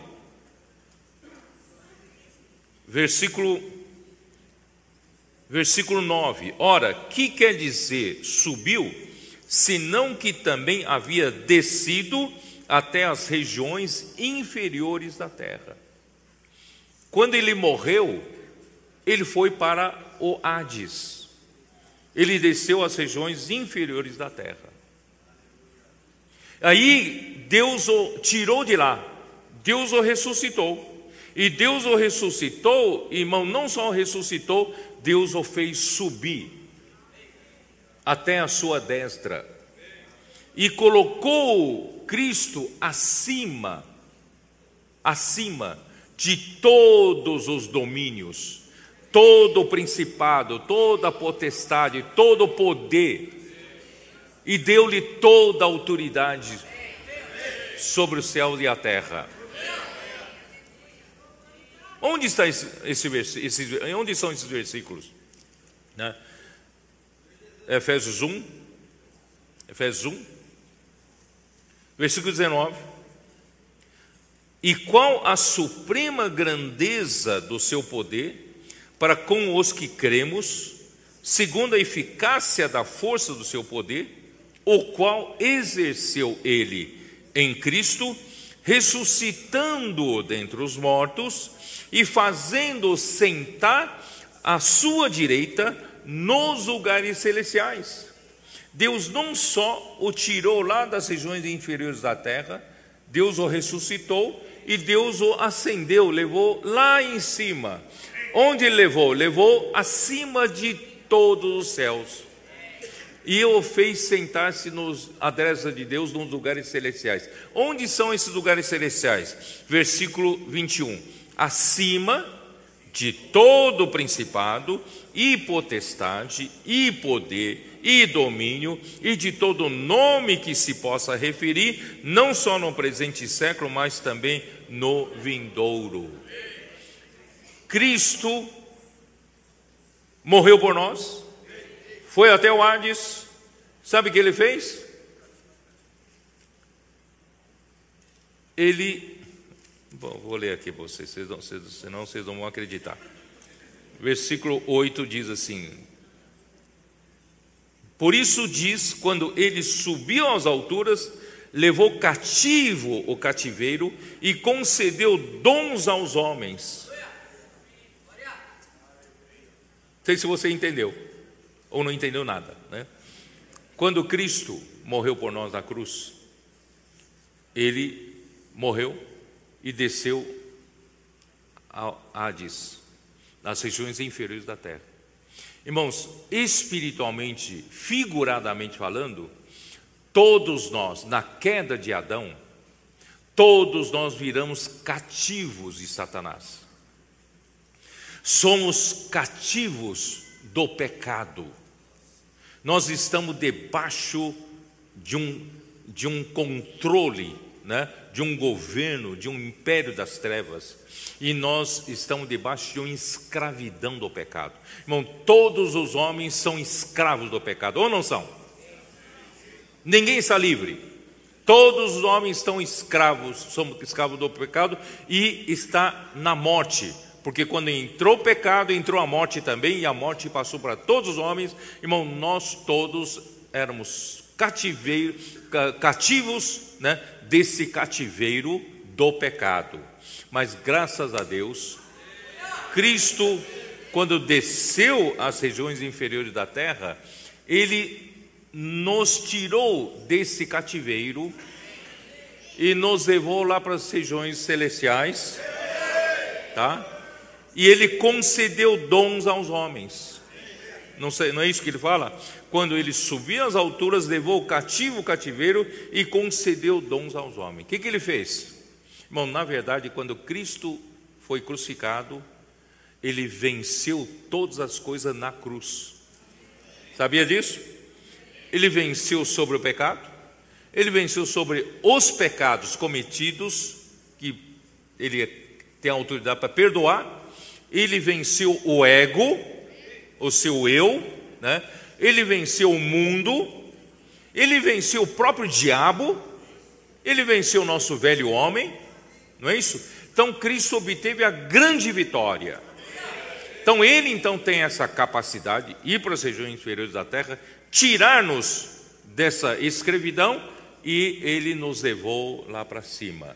Versículo, versículo nove. Ora, que quer dizer subiu, senão que também havia descido até as regiões inferiores da terra. Quando ele morreu, ele foi para o Hades. Ele desceu às regiões inferiores da terra. Aí Deus o tirou de lá, Deus o ressuscitou. E Deus o ressuscitou, irmão, não só o ressuscitou, Deus o fez subir até a sua destra. E colocou Cristo acima, acima de todos os domínios, todo o principado, toda a potestade, todo o poder. E deu-lhe toda a autoridade sobre o céu e a terra. Onde está esse, esse, esse, onde são esses versículos? Né? Efésios um, Efésios um, versículo dezenove. E qual a suprema grandeza do seu poder para com os que cremos, segundo a eficácia da força do seu poder, o qual exerceu ele em Cristo, ressuscitando-o dentre os mortos e fazendo-o sentar à sua direita nos lugares celestiais. Deus não só o tirou lá das regiões inferiores da terra, Deus o ressuscitou e Deus o ascendeu, levou lá em cima. Onde ele levou? Levou acima de todos os céus. E o fez sentar-se à destra de Deus nos lugares celestiais. Onde são esses lugares celestiais? Versículo vinte e um. Acima de todo principado e potestade e poder e domínio e de todo nome que se possa referir, não só no presente século, mas também no vindouro. Cristo morreu por nós, foi até o Hades. Sabe o que ele fez? Ele, bom, vou ler aqui para vocês, vocês não, senão vocês não vão acreditar. Versículo oito diz assim: por isso diz, quando ele subiu às alturas, levou cativo o cativeiro e concedeu dons aos homens. Não sei se você entendeu ou não entendeu nada, né? Quando Cristo morreu por nós na cruz, ele morreu e desceu ao Hades, nas regiões inferiores da terra. Irmãos, espiritualmente, figuradamente falando, todos nós, na queda de Adão, todos nós viramos cativos de Satanás. Somos cativos do pecado. Nós estamos debaixo de um, de um controle, né? De um governo, de um império das trevas. E nós estamos debaixo de uma escravidão do pecado. Irmão, todos os homens são escravos do pecado, ou não são? Ninguém está livre. Todos os homens estão escravos, somos escravos do pecado e está na morte. Porque quando entrou o pecado, entrou a morte também, e a morte passou para todos os homens. Irmão, nós todos éramos cativeiro, cativos, né, desse cativeiro do pecado. Mas graças a Deus, Cristo, quando desceu às regiões inferiores da terra, ele nos tirou desse cativeiro e nos levou lá para as regiões celestiais, tá? E ele concedeu dons aos homens. Não sei, não é isso que ele fala? Quando ele subiu às alturas, levou o cativo o cativeiro e concedeu dons aos homens. O que, que ele fez? Irmão, na verdade, quando Cristo foi crucificado, ele venceu todas as coisas na cruz. Sabia disso? Ele venceu sobre o pecado, ele venceu sobre os pecados cometidos, que ele tem a autoridade para perdoar. Ele venceu o ego, o seu eu, né? Ele venceu o mundo, ele venceu o próprio diabo, ele venceu o nosso velho homem, não é isso? Então Cristo obteve a grande vitória. Então ele então tem essa capacidade de ir para as regiões inferiores da terra, tirar-nos dessa escravidão, e ele nos levou lá para cima.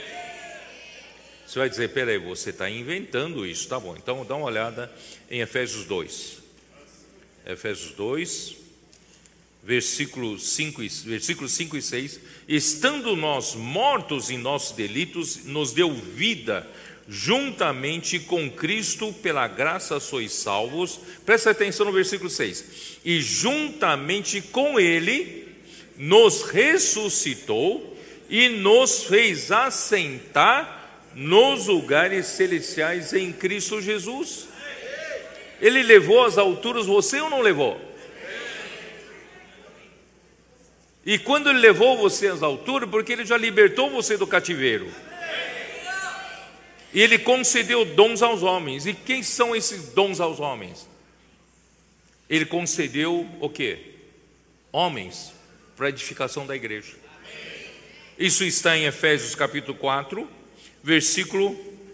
Você vai dizer, peraí, você está inventando isso, tá bom? Então dá uma olhada em Efésios dois. Efésios dois, versículos cinco e seis. Estando nós mortos em nossos delitos, nos deu vida juntamente com Cristo, pela graça sois salvos. Presta atenção no versículo seis. E juntamente com Ele nos ressuscitou e nos fez assentar nos lugares celestiais em Cristo Jesus. Ele levou às alturas você ou não levou? E quando Ele levou você às alturas, porque Ele já libertou você do cativeiro. E Ele concedeu dons aos homens. E quem são esses dons aos homens? Ele concedeu o quê? Homens para a edificação da igreja. Isso está em Efésios capítulo quatro, versículo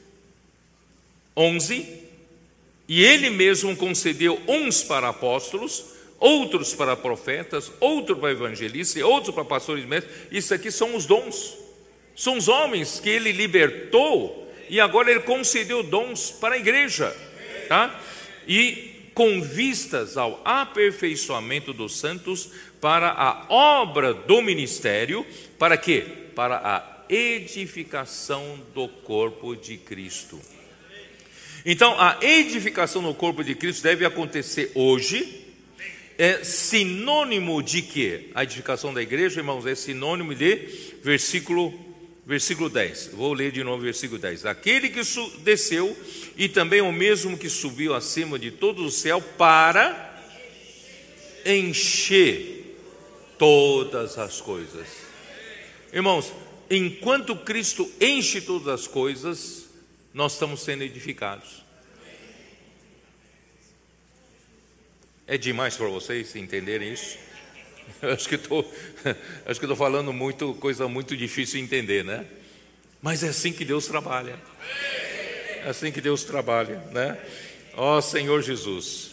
onze. E Ele mesmo concedeu uns para apóstolos, outros para profetas, outros para evangelistas, outros para pastores e mestres. Isso aqui são os dons. São os homens que Ele libertou e agora Ele concedeu dons para a igreja, tá? E com vistas ao aperfeiçoamento dos santos para a obra do ministério, para quê? Para a edificação do corpo de Cristo. Então, a edificação no corpo de Cristo deve acontecer hoje. É sinônimo de quê? A edificação da igreja, irmãos, é sinônimo de versículo, versículo dez. Vou ler de novo o versículo dez. Aquele que desceu e também o mesmo que subiu acima de todo o céu para encher todas as coisas. Irmãos, enquanto Cristo enche todas as coisas, nós estamos sendo edificados. É demais para vocês entenderem isso? Eu acho que estou, acho que estou falando muito, coisa muito difícil de entender, né? Mas é assim que Deus trabalha. É assim que Deus trabalha, né? Ó Senhor Jesus.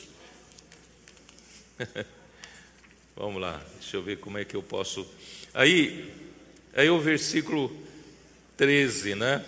Vamos lá, deixa eu ver como é que eu posso. Aí, aí o versículo treze, né?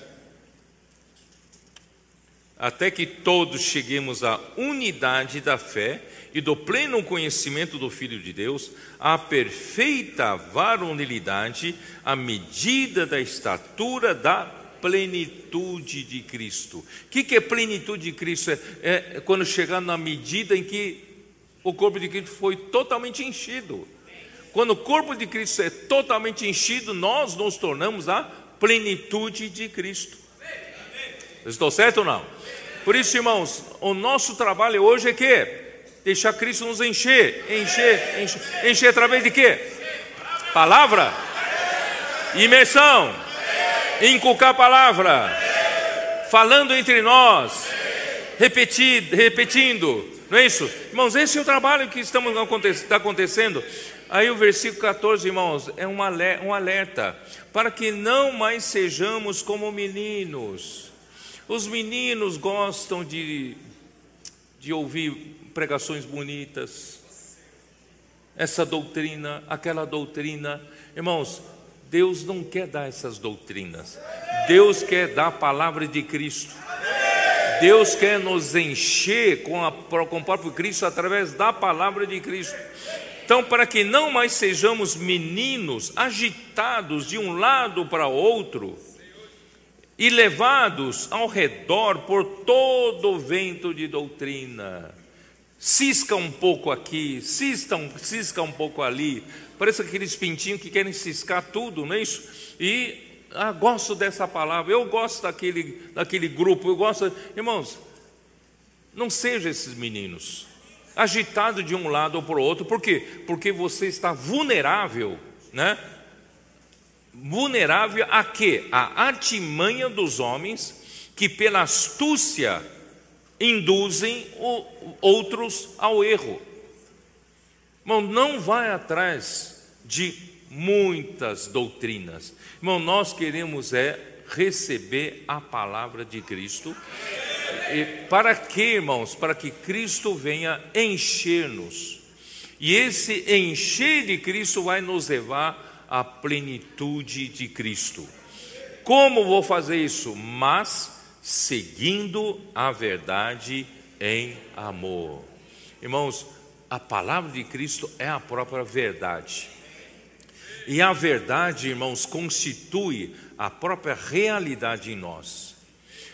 Até que todos cheguemos à unidade da fé e do pleno conhecimento do Filho de Deus, à perfeita varonilidade, à medida da estatura da plenitude de Cristo. O que, que é plenitude de Cristo? É, é quando chegar na medida em que o corpo de Cristo foi totalmente enchido. Quando o corpo de Cristo é totalmente enchido, nós nos tornamos a plenitude de Cristo. Estou certo ou não? Por isso, irmãos, o nosso trabalho hoje é que deixar Cristo nos encher, encher, encher, encher através de quê? Palavra, imersão, inculcar a palavra, falando entre nós, repetir, repetindo, não é isso? Irmãos, esse é o trabalho que estamos, está acontecendo. Aí o versículo catorze, irmãos, é um alerta, para que não mais sejamos como meninos. Os meninos gostam de, de ouvir pregações bonitas, essa doutrina, aquela doutrina. Irmãos, Deus não quer dar essas doutrinas. Deus quer dar a palavra de Cristo. Deus quer nos encher com, a, com o próprio Cristo através da palavra de Cristo. Então, para que não mais sejamos meninos agitados de um lado para outro e levados ao redor por todo o vento de doutrina. Cisca um pouco aqui, cisca, cisca um pouco ali. Parece aqueles pintinhos que querem ciscar tudo, não é isso? E ah, gosto dessa palavra, eu gosto daquele, daquele grupo, eu gosto. Irmãos, não sejam esses meninos agitados de um lado ou para o outro. Por quê? Porque você está vulnerável, né? Vulnerável a quê? A artimanha dos homens que pela astúcia induzem o, outros ao erro. Irmão, não vai atrás de muitas doutrinas. Irmão, nós queremos é receber a palavra de Cristo. E para quê, irmãos? Para que Cristo venha encher-nos. E esse encher de Cristo vai nos levar a plenitude de Cristo. Como vou fazer isso? Mas seguindo a verdade em amor. Irmãos, a palavra de Cristo é a própria verdade. E a verdade, irmãos, constitui a própria realidade em nós.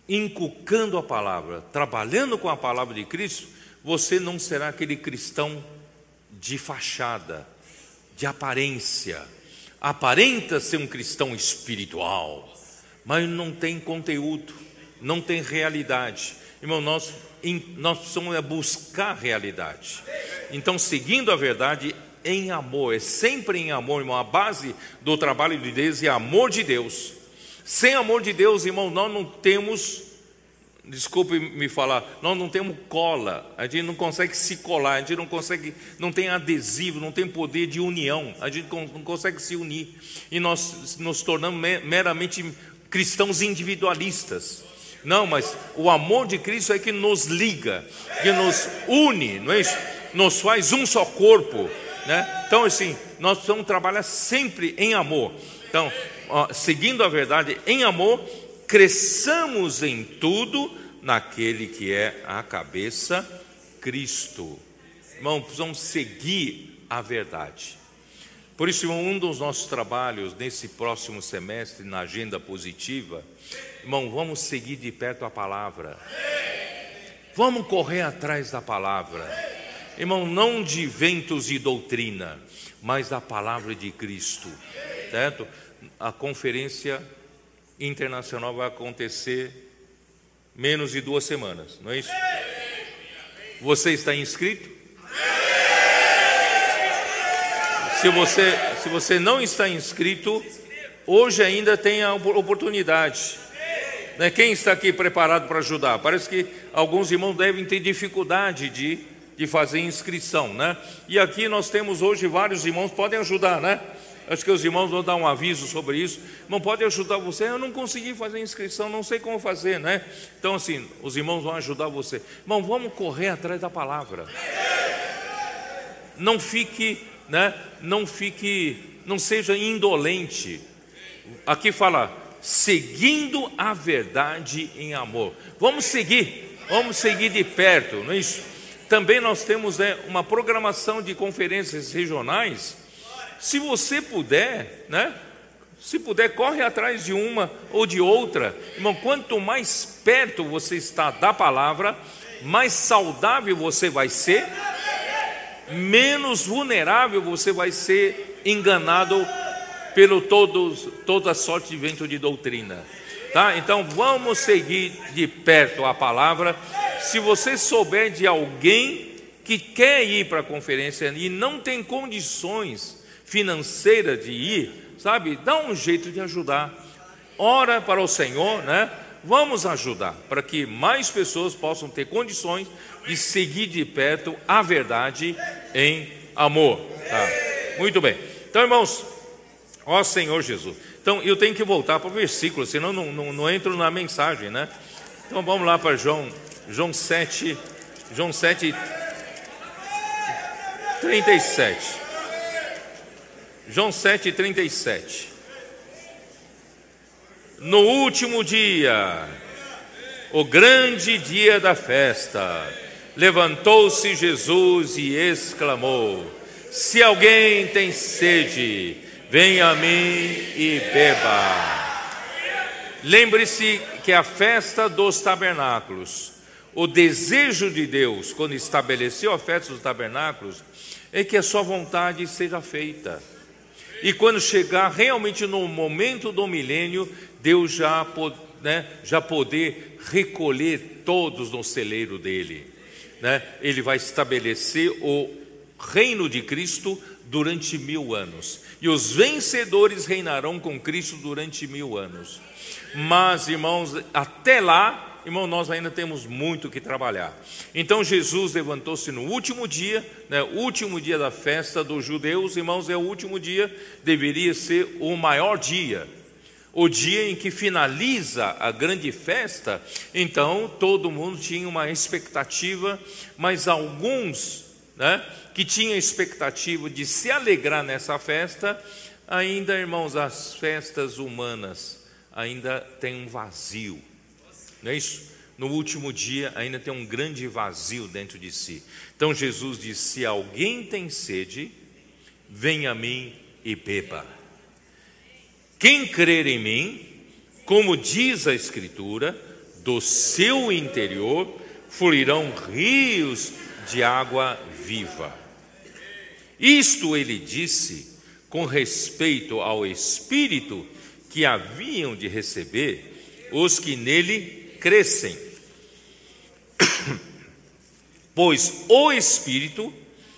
inculcando a palavra, trabalhando com a palavra de Cristo, você não será aquele cristão de fachada, de aparência. Aparenta ser um cristão espiritual, mas não tem conteúdo, não tem realidade. Irmão, nós, nós precisamos buscar a realidade. Então, seguindo a verdade em amor, é sempre em amor, irmão. A base do trabalho de Deus é amor de Deus. Sem amor de Deus, irmão, nós não temos, desculpe me falar, nós não temos cola, a gente não consegue se colar, a gente não consegue, não tem adesivo, não tem poder de união, a gente não consegue se unir, e nós nos tornamos meramente cristãos individualistas. Não, mas o amor de Cristo é que nos liga, que nos une, não é isso? Nos faz um só corpo, né? Então assim, nós precisamos trabalhar sempre em amor. Então, ó, seguindo a verdade em amor, cresçamos em tudo naquele que é a cabeça, Cristo. Irmão, precisamos seguir a verdade. Por isso, irmão, um dos nossos trabalhos nesse próximo semestre, na agenda positiva, irmão, vamos seguir de perto a palavra. Vamos correr atrás da palavra. Irmão, não de ventos e doutrina, mas da palavra de Cristo, certo? A conferência internacional vai acontecer menos de duas semanas, não é isso? Você está inscrito? Se você, se você não está inscrito, hoje ainda tem a oportunidade. Né? Quem está aqui preparado para ajudar? Parece que alguns irmãos devem ter dificuldade de, de fazer inscrição, né? E aqui nós temos hoje vários irmãos, podem ajudar, né? Acho que os irmãos vão dar um aviso sobre isso. Não pode ajudar você. Eu não consegui fazer inscrição, não sei como fazer, né? Então assim, os irmãos vão ajudar você. Irmão, vamos correr atrás da palavra. Não fique, né? Não fique, não seja indolente. Aqui fala, seguindo a verdade em amor. Vamos seguir, vamos seguir de perto, não é isso? Também nós temos, né, uma programação de conferências regionais. Se você puder, né? Se puder, corre atrás de uma ou de outra. Irmão, quanto mais perto você está da palavra, mais saudável você vai ser, menos vulnerável você vai ser enganado pelo todos, toda sorte de vento de doutrina. Tá? Então vamos seguir de perto a palavra. Se você souber de alguém que quer ir para a conferência e não tem condições financeira de ir, sabe, dá um jeito de ajudar, ora para o Senhor, né? Vamos ajudar, para que mais pessoas possam ter condições de seguir de perto a verdade em amor, tá? Muito bem, então irmãos, ó Senhor Jesus, então eu tenho que voltar para o versículo, senão não, não, não entro na mensagem, né? Então vamos lá para João, João sete, João sete, trinta e sete. João sete, trinta e sete. No último dia, o grande dia da festa, levantou-se Jesus e exclamou: se alguém tem sede, venha a mim e beba. Lembre-se que a festa dos tabernáculos, o desejo de Deus, quando estabeleceu a festa dos tabernáculos, é que a sua vontade seja feita. E quando chegar realmente no momento do milênio, Deus já, né, já poder recolher todos no celeiro dele, né? Ele vai estabelecer o reino de Cristo durante mil anos. E os vencedores reinarão com Cristo durante mil anos. Mas, irmãos, até lá, irmão, nós ainda temos muito que trabalhar. Então Jesus levantou-se no último dia, né, o último dia da festa dos judeus, irmãos, é o último dia, deveria ser o maior dia, o dia em que finaliza a grande festa. Então todo mundo tinha uma expectativa, mas alguns, né, que tinham expectativa de se alegrar nessa festa, ainda, irmãos, as festas humanas ainda têm um vazio. Não é isso? No último dia ainda tem um grande vazio dentro de si. Então Jesus disse: se alguém tem sede, venha a mim e beba. Quem crer em mim, como diz a Escritura, do seu interior fluirão rios de água viva. Isto ele disse com respeito ao Espírito que haviam de receber os que nele crescem. Pois o Espírito,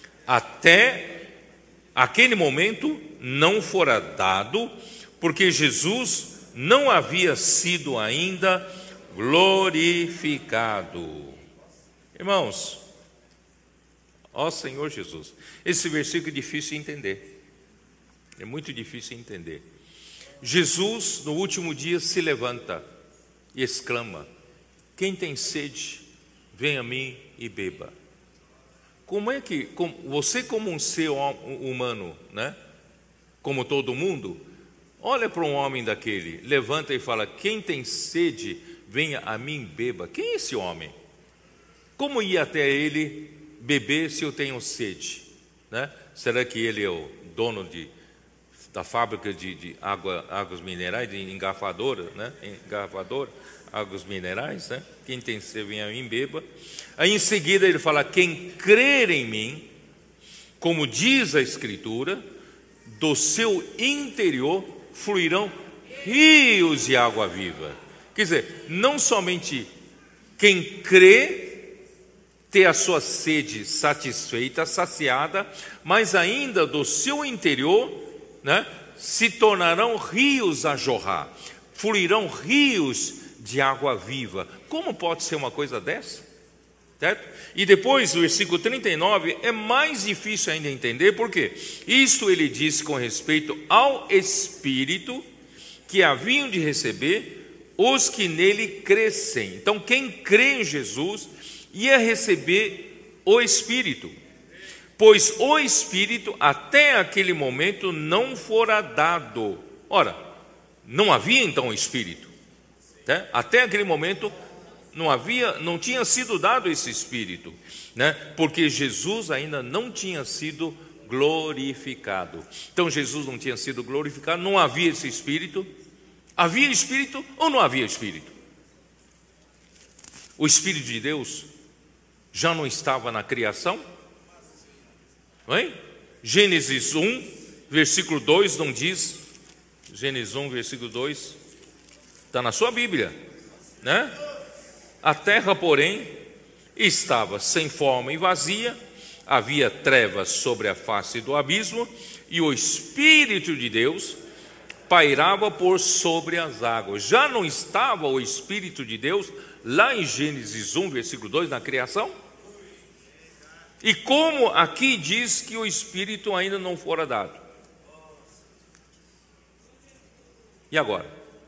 até aquele momento, não fora dado, porque Jesus não havia sido ainda glorificado. Irmãos, ó Senhor Jesus, esse versículo é difícil de entender, é muito difícil de entender. Jesus, no último dia, se levanta e exclama: quem tem sede, venha a mim e beba. Como é que, como, você como um ser humano, né, como todo mundo, olha para um homem daquele, levanta e fala: quem tem sede, venha a mim e beba. Quem é esse homem? Como ir até ele beber se eu tenho sede? Né? Será que ele é o dono de, da fábrica de, de água, águas minerais, de engarrafadora, né? engarrafadora, águas minerais, né? Quem tem sede, venha a mim e beba. Aí em seguida ele fala: quem crer em mim, como diz a Escritura, do seu interior fluirão rios de água viva. Quer dizer, não somente quem crê ter a sua sede satisfeita, saciada, mas ainda do seu interior, né, se tornarão rios a jorrar, fluirão rios de água viva. Como pode ser uma coisa dessa? Certo? E depois, o versículo trinta e nove é mais difícil ainda entender, porque isto ele disse com respeito ao Espírito que haviam de receber os que nele crescem. Então, quem crê em Jesus ia receber o Espírito, pois o Espírito até aquele momento não fora dado. Ora, não havia então o Espírito, né? Até aquele momento não havia, não tinha sido dado esse Espírito, né? Porque Jesus ainda não tinha sido glorificado. Então Jesus não tinha sido glorificado, não havia esse Espírito. Havia Espírito ou não havia Espírito? O Espírito de Deus já não estava na criação? Não é? Gênesis um, versículo dois não diz? Gênesis um, versículo dois, está na sua Bíblia, né? A terra, porém, estava sem forma e vazia, havia trevas sobre a face do abismo, e o Espírito de Deus pairava por sobre as águas. Já não estava o Espírito de Deus lá em Gênesis um, versículo dois, na criação? E como aqui diz que o Espírito ainda não fora dado? E agora?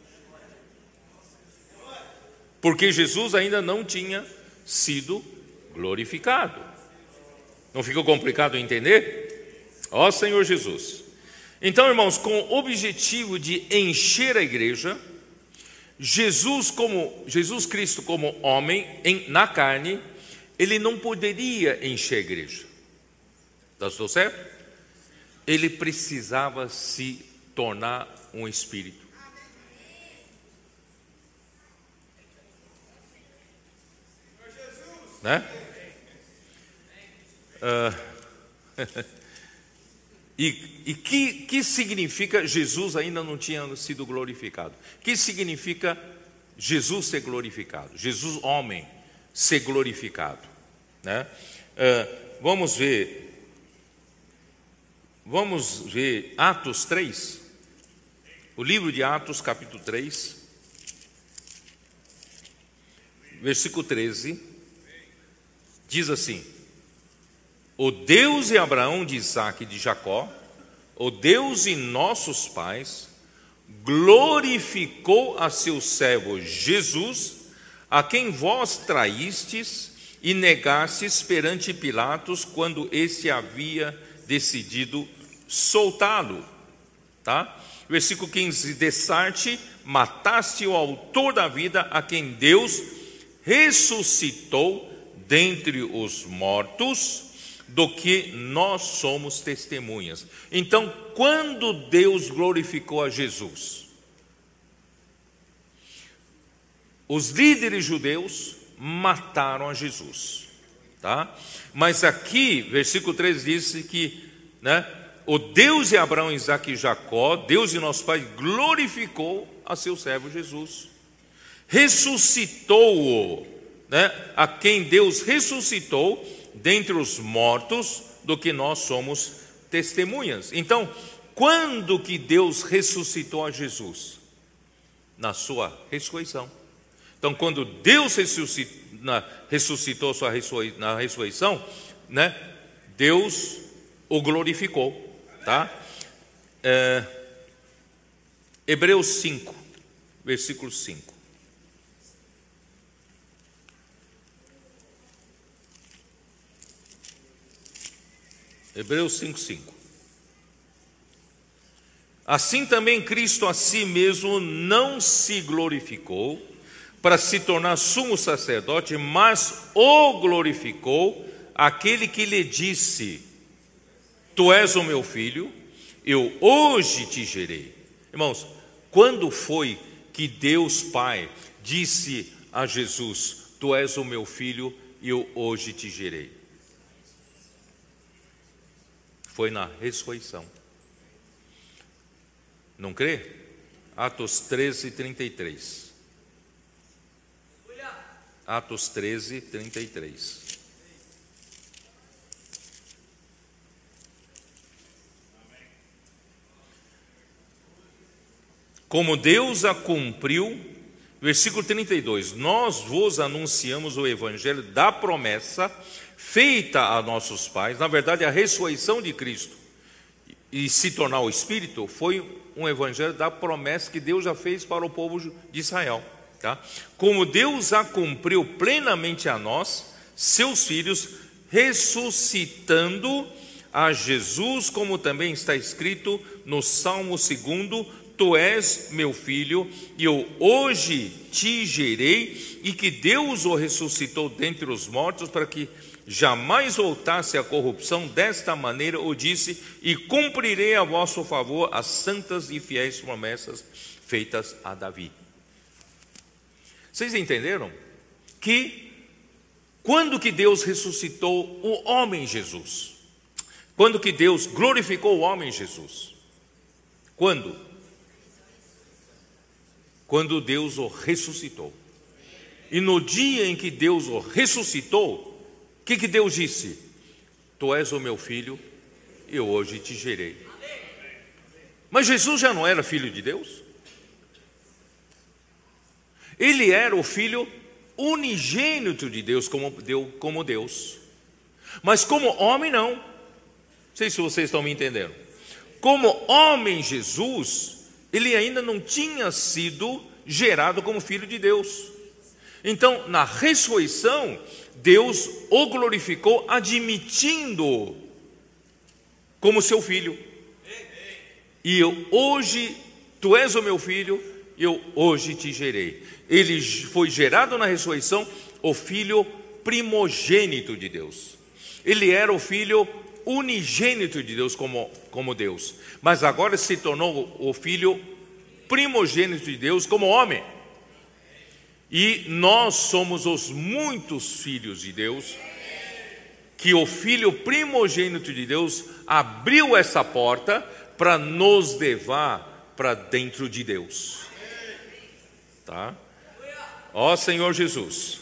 Porque Jesus ainda não tinha sido glorificado. Não ficou complicado entender? Ó Senhor Jesus. Então, irmãos, com o objetivo de encher a igreja, Jesus como Jesus Cristo como homem em, na carne, ele não poderia encher a igreja. Está certo? Ele precisava se tornar um espírito. Né? Uh, e e que, que significa Jesus ainda não tinha sido glorificado? Que significa Jesus ser glorificado? Jesus, homem, ser glorificado, né? Uh, vamos ver, vamos ver Atos três, o livro de Atos, capítulo três, versículo treze, diz assim: o Deus de Abraão, de Isaque e de Jacó, o Deus de nossos pais, glorificou a seu servo Jesus, a quem vós traístes e negastes perante Pilatos, quando este havia decidido soltá-lo. Tá? Versículo quinze: dessarte, mataste o autor da vida, a quem Deus ressuscitou dentre os mortos, do que nós somos testemunhas. Então, quando Deus glorificou a Jesus? os líderes judeus mataram a Jesus, tá? Mas aqui, versículo três diz que, né, o Deus de Abraão, Isaque e Jacó, Deus de nosso pai, glorificou a seu servo Jesus, ressuscitou-o, né, a quem Deus ressuscitou dentre os mortos, do que nós somos testemunhas. Então, quando que Deus ressuscitou a Jesus? Na sua ressurreição. Então, quando Deus ressuscitou, na, ressuscitou sua ressurrei, na ressurreição, né, Deus o glorificou, tá? É, Hebreus cinco, versículo cinco. Hebreus cinco, cinco. Assim também Cristo a si mesmo não se glorificou para se tornar sumo sacerdote, mas o glorificou aquele que lhe disse: tu és o meu filho, eu hoje te gerei. Irmãos, quando foi que Deus Pai disse a Jesus: tu és o meu filho, eu hoje te gerei? Foi na ressurreição. Não crê? Atos treze, trinta e três. Atos treze, trinta e três. Como Deus a cumpriu, versículo trinta e dois, nós vos anunciamos o evangelho da promessa feita a nossos pais. Na verdade, a ressurreição de Cristo e se tornar o Espírito foi um evangelho da promessa que Deus já fez para o povo de Israel, tá? Como Deus a cumpriu plenamente a nós, seus filhos, ressuscitando a Jesus, como também está escrito no Salmo segundo: tu és meu filho, e eu hoje te gerei, e que Deus o ressuscitou dentre os mortos, para que jamais voltasse à corrupção. Desta maneira o disse: e cumprirei a vosso favor as santas e fiéis promessas feitas a Davi. Vocês entenderam? Que quando que Deus ressuscitou o homem Jesus? Quando que Deus glorificou o homem Jesus? Quando? Quando Deus o ressuscitou. E no dia em que Deus o ressuscitou, o que, que Deus disse? Tu és o meu filho, eu hoje te gerei. Mas Jesus já não era filho de Deus? Ele era o filho unigênito de Deus, como Deus. Mas como homem não. Não sei se vocês estão me entendendo. Como homem Jesus, ele ainda não tinha sido gerado como filho de Deus. Então, na ressurreição, Deus o glorificou, admitindo como seu filho. E eu hoje, tu és o meu filho, eu hoje te gerei. Ele foi gerado na ressurreição, o filho primogênito de Deus. Ele era o filho unigênito de Deus como, como Deus. Mas agora se tornou o filho primogênito de Deus como homem. E nós somos os muitos filhos de Deus, que o Filho primogênito de Deus abriu essa porta para nos levar para dentro de Deus. Tá? Ó Senhor Jesus.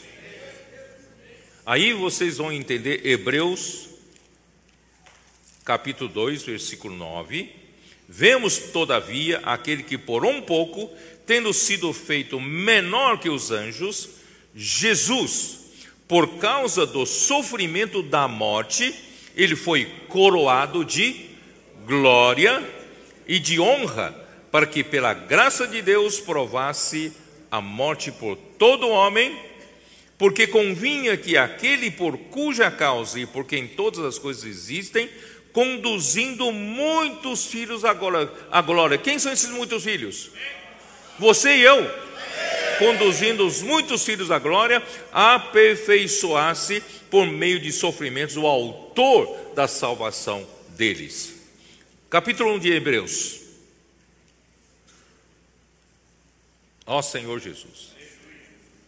Aí vocês vão entender Hebreus, capítulo dois, versículo nove. Vemos, todavia, aquele que por um pouco, tendo sido feito menor que os anjos, Jesus, por causa do sofrimento da morte, ele foi coroado de glória e de honra, para que pela graça de Deus provasse a morte por todo homem, porque convinha que aquele por cuja causa e por quem todas as coisas existem, conduzindo muitos filhos à glória. Quem são esses muitos filhos? Você e eu. Conduzindo os muitos filhos à glória, aperfeiçoasse por meio de sofrimentos o autor da salvação deles. Capítulo um de Hebreus. Ó Senhor Jesus.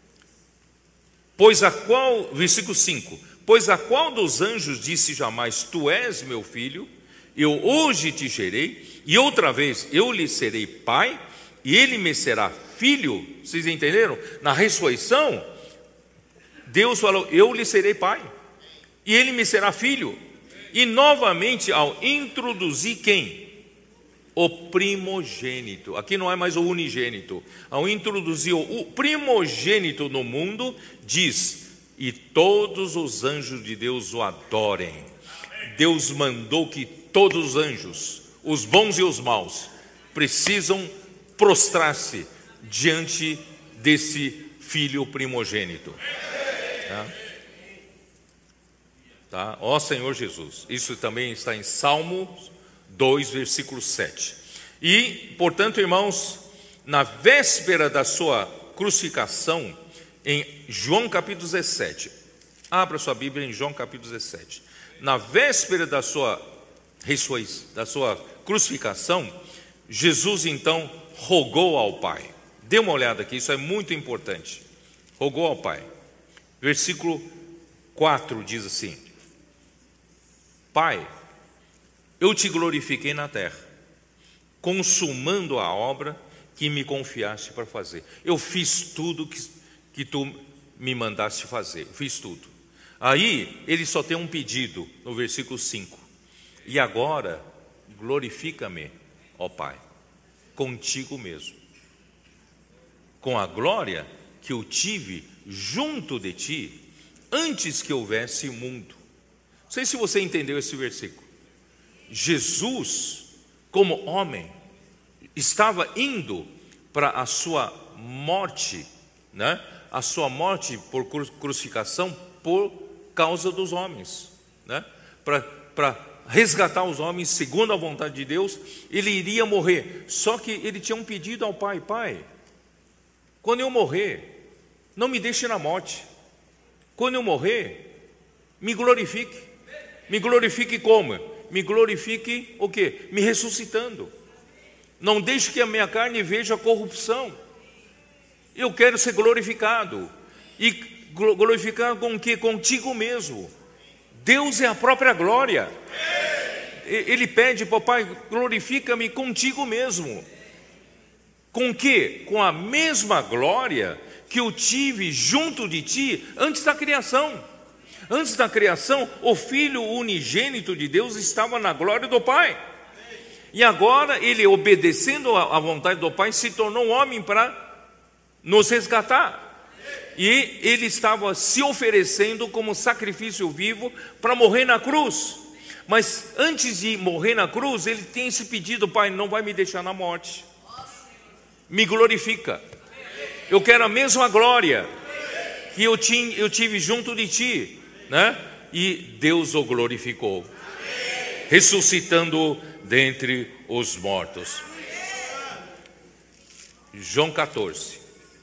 Pois a qual, versículo cinco, pois a qual dos anjos disse jamais, tu és meu filho, eu hoje te gerei, e outra vez eu lhe serei pai, e ele me será filho. Vocês entenderam? Na ressurreição, Deus falou, eu lhe serei pai, e ele me será filho. E novamente, ao introduzir quem? O primogênito. Aqui não é mais o unigênito. Ao introduzir o primogênito no mundo, diz, e todos os anjos de Deus o adorem. Deus mandou que todos os anjos, os bons e os maus, precisam prostrar-se diante desse filho primogênito. Tá? Tá? Ó Senhor Jesus. Isso também está em Salmo dois, versículo sete. E, portanto, irmãos, na véspera da sua crucificação, em João capítulo dezessete, abra sua Bíblia em João capítulo dezessete. Na véspera da sua ressurreição, da sua crucificação, Jesus então rogou ao Pai. Dê uma olhada aqui, isso é muito importante. Rogou ao Pai. Versículo quatro diz assim: Pai, eu te glorifiquei na terra, consumando a obra que me confiaste para fazer. Eu fiz tudo que, que tu me mandaste fazer, eu fiz tudo. Aí ele só tem um pedido no versículo cinco: e agora glorifica-me, ó Pai, contigo mesmo, com a glória que eu tive junto de ti, antes que houvesse mundo. Não sei se você entendeu esse versículo. Jesus, como homem, estava indo para a sua morte, né? A sua morte por crucificação por causa dos homens, né? Para para resgatar os homens segundo a vontade de Deus. Ele iria morrer, só que ele tinha um pedido ao Pai: Pai, quando eu morrer, não me deixe na morte. Quando eu morrer, me glorifique. Me glorifique como? Me glorifique o quê? Me ressuscitando. Não deixe que a minha carne veja a corrupção. Eu quero ser glorificado. E glorificar com o quê? Contigo mesmo. Deus é a própria glória. Ele pede para o Pai: glorifica-me contigo mesmo. Com o quê? Com a mesma glória que eu tive junto de ti antes da criação. Antes da criação, o Filho unigênito de Deus estava na glória do Pai. E agora ele, obedecendo à vontade do Pai, se tornou um homem para nos resgatar. E ele estava se oferecendo como sacrifício vivo para morrer na cruz. Mas antes de morrer na cruz, ele tem esse pedido: Pai, não vai me deixar na morte. Me glorifica. Eu quero a mesma glória que eu, tinha, eu tive junto de ti, né? E Deus o glorificou, ressuscitando dentre os mortos. João quatorze.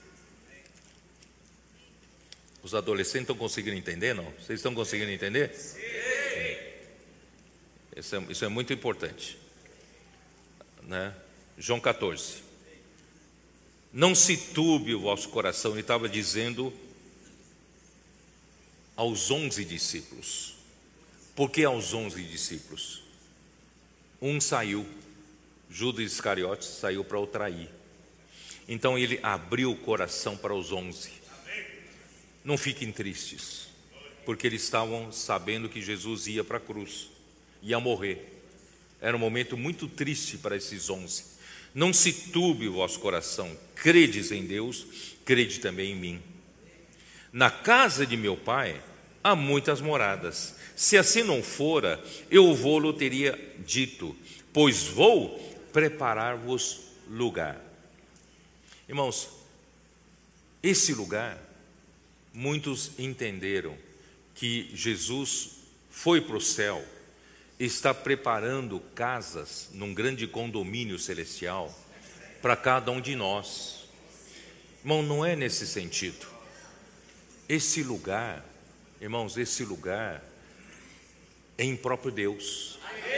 Os adolescentes estão conseguindo entender, não? Vocês estão conseguindo entender? Sim. Isso é, isso é muito importante, né? João quatorze. Não se turbe o vosso coração. Ele estava dizendo aos onze discípulos. Por que aos onze discípulos? Um saiu, Judas Iscariotes saiu para o trair. Então ele abriu o coração para os onze. Não fiquem tristes, porque eles estavam sabendo que Jesus ia para a cruz, ia morrer. Era um momento muito triste para esses onze. Não se turbe o vosso coração. Credes em Deus, crede também em mim. Na casa de meu Pai há muitas moradas. Se assim não fora, eu vou-lo teria dito, pois vou preparar-vos lugar. Irmãos, esse lugar, muitos entenderam que Jesus foi para o céu, está preparando casas num grande condomínio celestial para cada um de nós. Irmão, não é nesse sentido. Esse lugar, irmãos, esse lugar é em próprio Deus.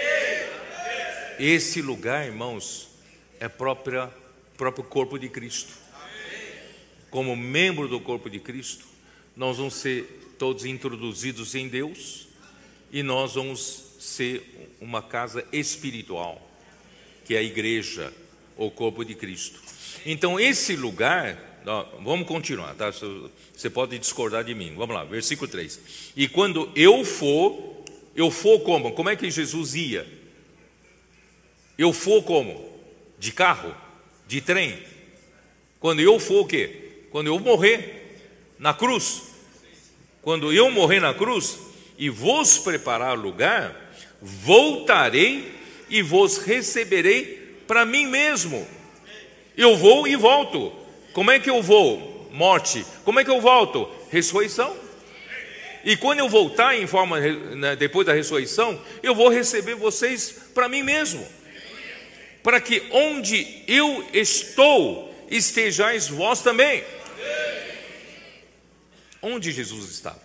Esse lugar, irmãos, é própria, próprio corpo de Cristo. Como membro do corpo de Cristo, nós vamos ser todos introduzidos em Deus e nós vamos ser uma casa espiritual, que é a igreja, o corpo de Cristo. Então esse lugar, vamos continuar, tá? Você pode discordar de mim, vamos lá, versículo três. E quando eu for, eu for como? Como é que Jesus ia? Eu for como? De carro? De trem? Quando eu for o quê? Quando eu morrer na cruz. Quando eu morrer na cruz e vos preparar lugar, voltarei e vos receberei para mim mesmo. Eu vou e volto. Como é que eu vou? Morte. Como é que eu volto? Ressurreição. E quando eu voltar em forma, né, depois da ressurreição, eu vou receber vocês para mim mesmo. Para que onde eu estou, estejais vós também. Onde Jesus estava?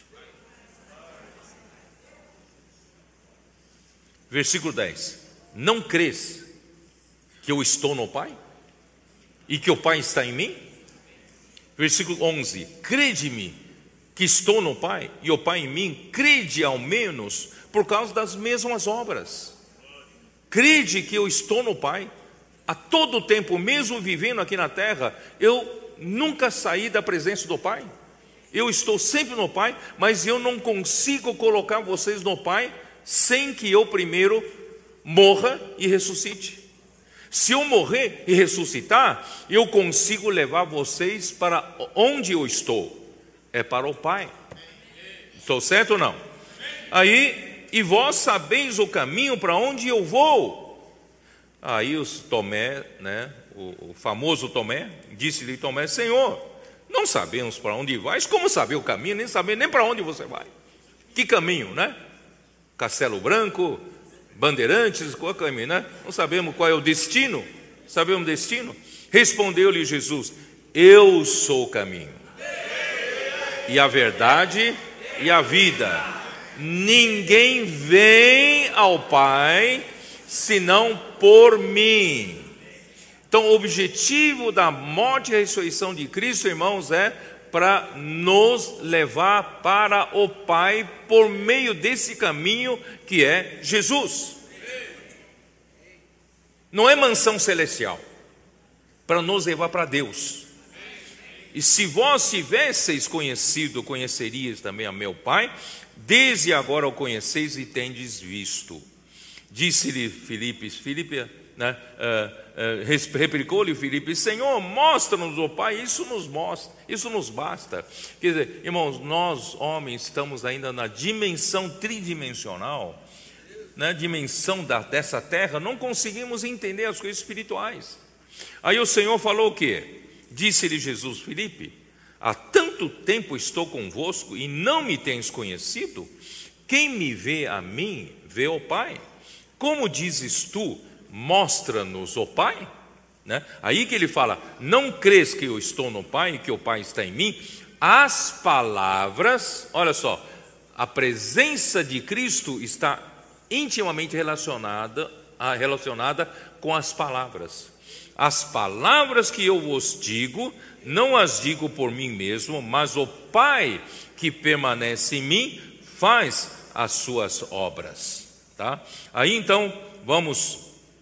Versículo dez. Não crês que eu estou no Pai? E que o Pai está em mim? Versículo onze. Crede-me que estou no Pai e o Pai em mim, crede ao menos por causa das mesmas obras. Crede que eu estou no Pai. A todo tempo, mesmo vivendo aqui na terra, eu nunca saí da presença do Pai. Eu estou sempre no Pai, mas eu não consigo colocar vocês no Pai sem que eu primeiro morra e ressuscite. Se eu morrer e ressuscitar, eu consigo levar vocês para onde eu estou. É para o Pai. Estou certo ou não? Aí, e vós sabeis o caminho para onde eu vou. Aí os Tomé, né, o, o famoso Tomé, disse-lhe Tomé: Senhor, não sabemos para onde vais, como saber o caminho, nem saber nem para onde você vai. Que caminho, né? Castelo Branco, Bandeirantes, qual é o caminho, né? Não sabemos qual é o destino. Sabemos o destino? Respondeu-lhe Jesus: eu sou o caminho, e a verdade e a vida. Ninguém vem ao Pai senão por mim. Então o objetivo da morte e ressurreição de Cristo, irmãos, é para nos levar para o Pai por meio desse caminho que é Jesus. Não é mansão celestial, para nos levar para Deus. E se vós tivesseis conhecido, conhecerias também a meu Pai, desde agora o conheceis e tendes visto. Disse-lhe Filipe, Filipe, né, uh, uh, replicou-lhe Filipe: Senhor, mostra-nos o Pai, isso nos mostra, isso nos basta. Quer dizer, irmãos, nós homens estamos ainda na dimensão tridimensional, na dimensão da, dessa terra, não conseguimos entender as coisas espirituais. Aí o Senhor falou o quê? Disse-lhe Jesus: Filipe, há tanto tempo estou convosco e não me tens conhecido? Quem me vê a mim, vê o Pai. Como dizes tu, mostra-nos o Pai? Né? Aí que ele fala: não crês que eu estou no Pai e que o Pai está em mim? As palavras, olha só, a presença de Cristo está intimamente relacionada, relacionada com as palavras. As palavras que eu vos digo, não as digo por mim mesmo, mas o Pai que permanece em mim faz as suas obras. Tá? Aí então vamos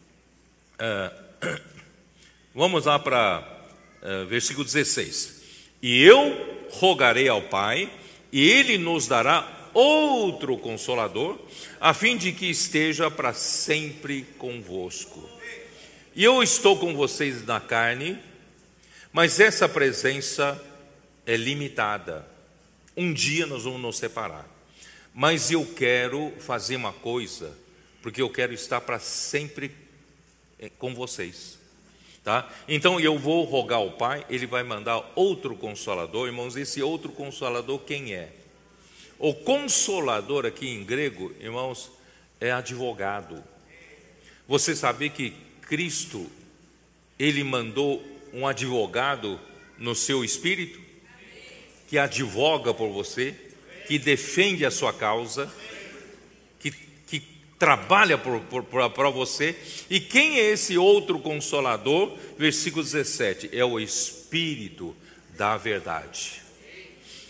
uh, vamos lá para uh, versículo dezesseis. E eu rogarei ao Pai, e Ele nos dará outro Consolador, a fim de que esteja para sempre convosco. E eu estou com vocês na carne, mas essa presença é limitada. Um dia nós vamos nos separar. Mas eu quero fazer uma coisa, porque eu quero estar para sempre com vocês, tá? Então eu vou rogar ao Pai, Ele vai mandar outro Consolador. Irmãos, esse outro Consolador quem é? O Consolador aqui em grego, irmãos, é advogado. Você sabia que Cristo, Ele mandou um advogado no seu espírito, que advoga por você, que defende a sua causa, que, que trabalha para você. E quem é esse outro Consolador? Versículo dezessete, é o Espírito da verdade.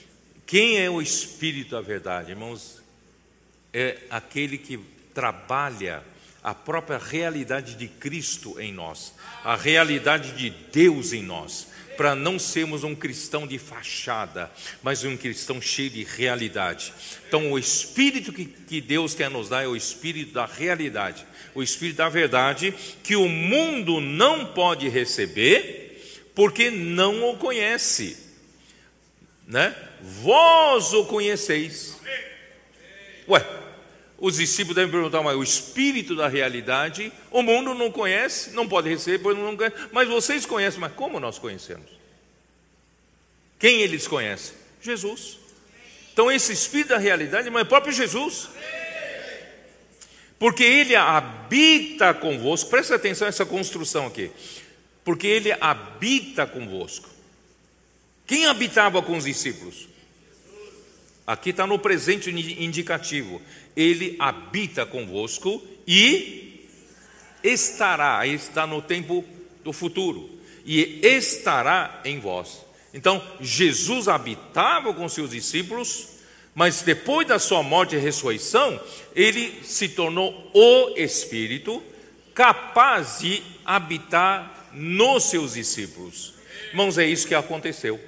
Quem é o Espírito da verdade, irmãos? É aquele que trabalha a própria realidade de Cristo em nós, a realidade de Deus em nós, para não sermos um cristão de fachada, mas um cristão cheio de realidade. Então o Espírito que, que Deus quer nos dar é o Espírito da realidade, o Espírito da verdade, que o mundo não pode receber, porque não o conhece, né? Vós o conheceis. Ué, os discípulos devem perguntar, mas o Espírito da realidade, o mundo não conhece, não pode receber, pois não conhece, mas vocês conhecem. Mas como nós conhecemos? Quem eles conhecem? Jesus. Então esse Espírito da realidade é o próprio Jesus, porque Ele habita convosco. Presta atenção nessa construção aqui, porque Ele habita convosco. Quem habitava com os discípulos? Aqui está no presente indicativo. Ele habita convosco e estará, aí está no tempo do futuro, e estará em vós. Então, Jesus habitava com seus discípulos, mas depois da sua morte e ressurreição, ele se tornou o Espírito, capaz de habitar nos seus discípulos. Irmãos, é isso que aconteceu.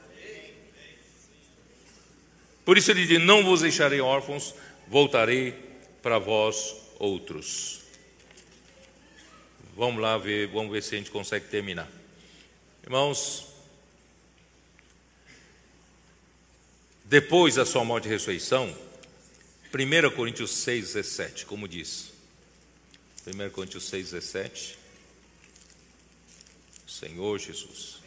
Por isso ele diz, não vos deixarei órfãos, voltarei para vós outros. Vamos lá ver, vamos ver se a gente consegue terminar. Irmãos, depois da sua morte e ressurreição, primeira Coríntios seis, dezessete, como diz. primeira Coríntios seis, dezessete. Senhor Jesus.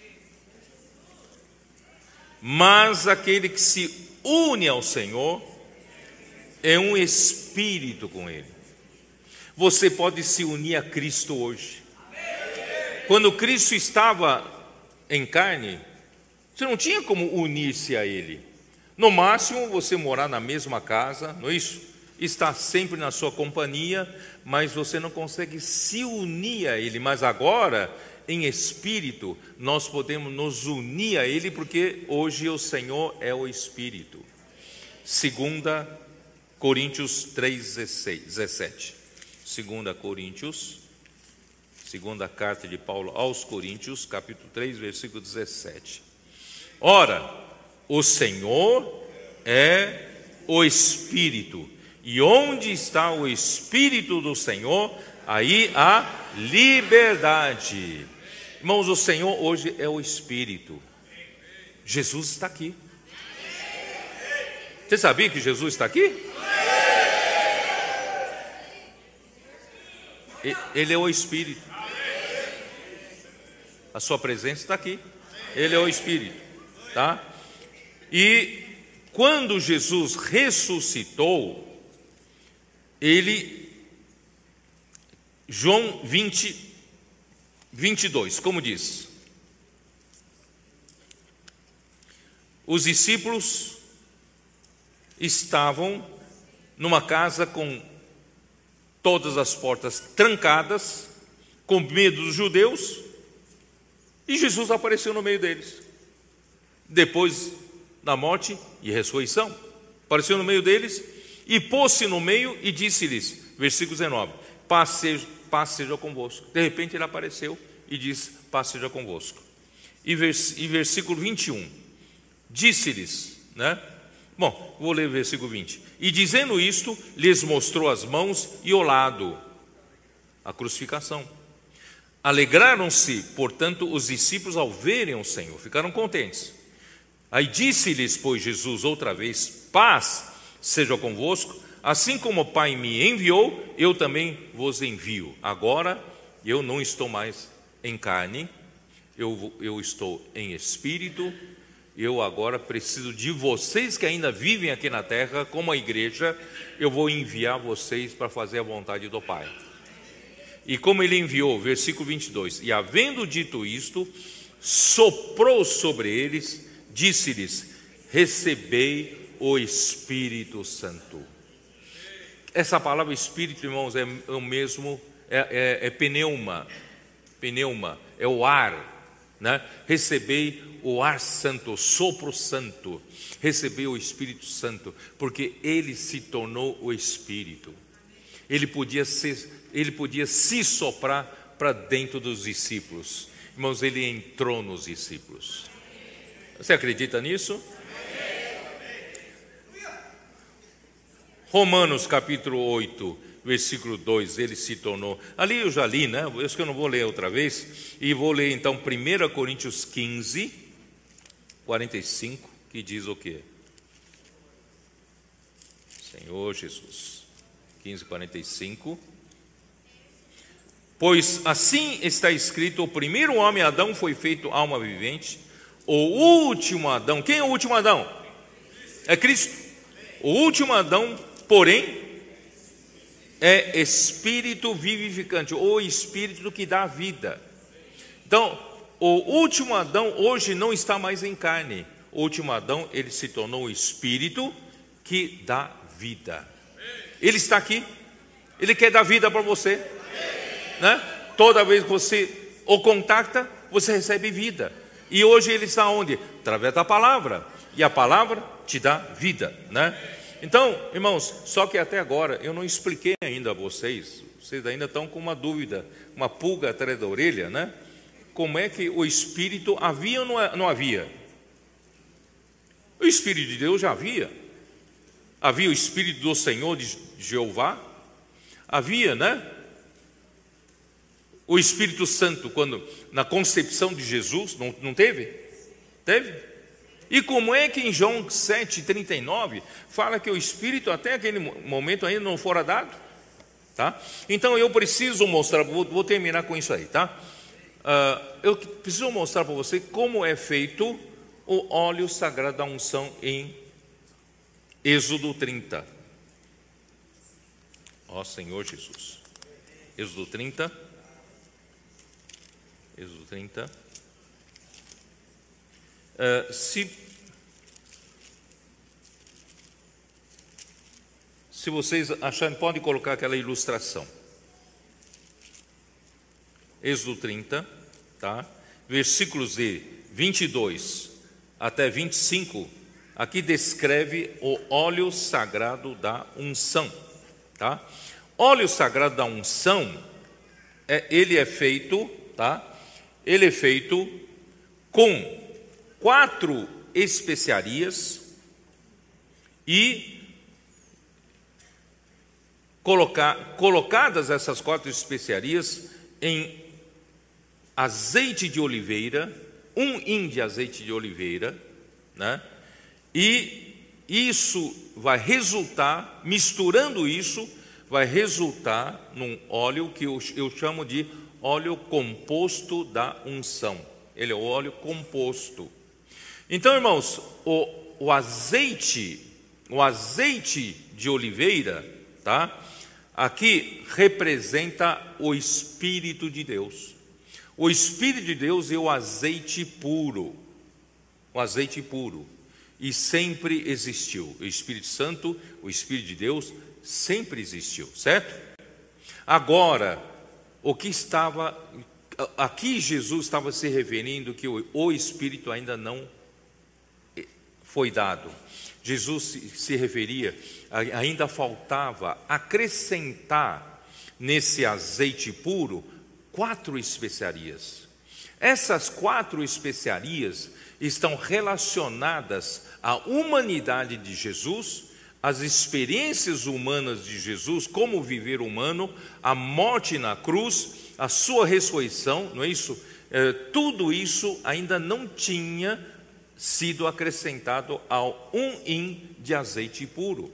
Mas aquele que se une ao Senhor é um espírito com Ele. Você pode se unir a Cristo hoje. Quando Cristo estava em carne, você não tinha como unir-se a Ele. No máximo, você morar na mesma casa, não é isso? Estar sempre na sua companhia, mas você não consegue se unir a Ele. Mas agora, em espírito, nós podemos nos unir a Ele, porque hoje o Senhor é o Espírito. Segunda Coríntios três, dezessete. Segunda Coríntios, segunda carta de Paulo aos Coríntios, capítulo três, versículo dezessete. Ora, o Senhor é o Espírito, e onde está o Espírito do Senhor, aí há liberdade. Irmãos, o Senhor hoje é o Espírito. Jesus está aqui. Você sabia que Jesus está aqui? Ele é o Espírito. A sua presença está aqui. Ele é o Espírito, tá? E quando Jesus ressuscitou, ele, João vinte, vinte e dois, como diz? Os discípulos estavam numa casa com todas as portas trancadas, com medo dos judeus, e Jesus apareceu no meio deles. Depois da morte e ressurreição, apareceu no meio deles e pôs-se no meio e disse-lhes, versículo dezenove, paz seja, paz seja convosco. De repente ele apareceu e disse, paz seja convosco. E, vers, e versículo vinte e um, disse-lhes, né? Bom, vou ler o versículo vinte. E dizendo isto, lhes mostrou as mãos e o lado, a crucificação. Alegraram-se, portanto, os discípulos ao verem o Senhor, ficaram contentes. Aí disse-lhes, pois, Jesus outra vez, paz seja convosco, assim como o Pai me enviou, eu também vos envio. Agora eu não estou mais em carne, eu, eu estou em espírito. Eu agora preciso de vocês que ainda vivem aqui na terra, como a igreja, eu vou enviar vocês para fazer a vontade do Pai. E como ele enviou, versículo vinte e dois, e havendo dito isto, soprou sobre eles, disse-lhes, recebei o Espírito Santo. Essa palavra Espírito, irmãos, é o mesmo, é, é, é pneuma, pneuma, é o ar, né? Recebei o ar santo, o sopro santo, recebeu o Espírito Santo, porque ele se tornou o Espírito. Ele podia, ser, ele podia se soprar para dentro dos discípulos. Irmãos, ele entrou nos discípulos. Você acredita nisso? Romanos capítulo oito, versículo dois, ele se tornou. Ali eu já li, né? Eu acho que eu não vou ler outra vez. E vou ler então primeira Coríntios quinze, quarenta e cinco, que diz o quê? Senhor Jesus. quinze, quarenta e cinco. Pois assim está escrito: o primeiro homem, Adão, foi feito alma vivente. O último Adão, quem é o último Adão? É Cristo. O último Adão, porém, é espírito vivificante, ou espírito que dá vida. Então, o último Adão hoje não está mais em carne. O último Adão, ele se tornou o espírito que dá vida. Ele está aqui. Ele quer dar vida para você, né? Toda vez que você o contacta, você recebe vida. E hoje ele está onde? Através da palavra. E a palavra te dá vida, né? Então, irmãos, só que até agora eu não expliquei ainda a vocês. Vocês ainda estão com uma dúvida, uma pulga atrás da orelha, né? Como é que o Espírito havia ou não havia? O Espírito de Deus já havia. Havia o Espírito do Senhor de Jeová. Havia, né? O Espírito Santo, quando na concepção de Jesus, não, não teve? Teve? E como é que em João sete, trinta e nove, fala que o Espírito até aquele momento ainda não fora dado? Tá? Então eu preciso mostrar, vou, vou terminar com isso aí, tá? Uh, eu preciso mostrar para você como é feito o óleo sagrado da unção em Êxodo trinta. Ó Senhor Jesus. Êxodo trinta. Êxodo trinta. Uh, se, se vocês acharem, podem colocar aquela ilustração. Êxodo trinta, tá? Versículos de vinte e dois até vinte e cinco, aqui descreve o óleo sagrado da unção, tá? Óleo sagrado da unção, é, ele é feito, tá? Ele é feito com quatro especiarias e colocar, colocadas essas quatro especiarias em azeite de oliveira, um hin de azeite de oliveira, né? E isso vai resultar, misturando isso, vai resultar num óleo que eu, eu chamo de óleo composto da unção. Ele é o óleo composto. Então, irmãos, o, o azeite, o azeite de oliveira, tá? Aqui representa o Espírito de Deus. O Espírito de Deus é o azeite puro, o azeite puro, e sempre existiu. O Espírito Santo, o Espírito de Deus, sempre existiu, certo? Agora, o que estava, aqui Jesus estava se referindo que o, o Espírito ainda não foi dado. Jesus se, se referia, ainda faltava acrescentar nesse azeite puro quatro especiarias. Essas quatro especiarias estão relacionadas à humanidade de Jesus, às experiências humanas de Jesus, como viver humano, a morte na cruz, a sua ressurreição, não é isso? É, tudo isso ainda não tinha sido acrescentado ao um hin de azeite puro.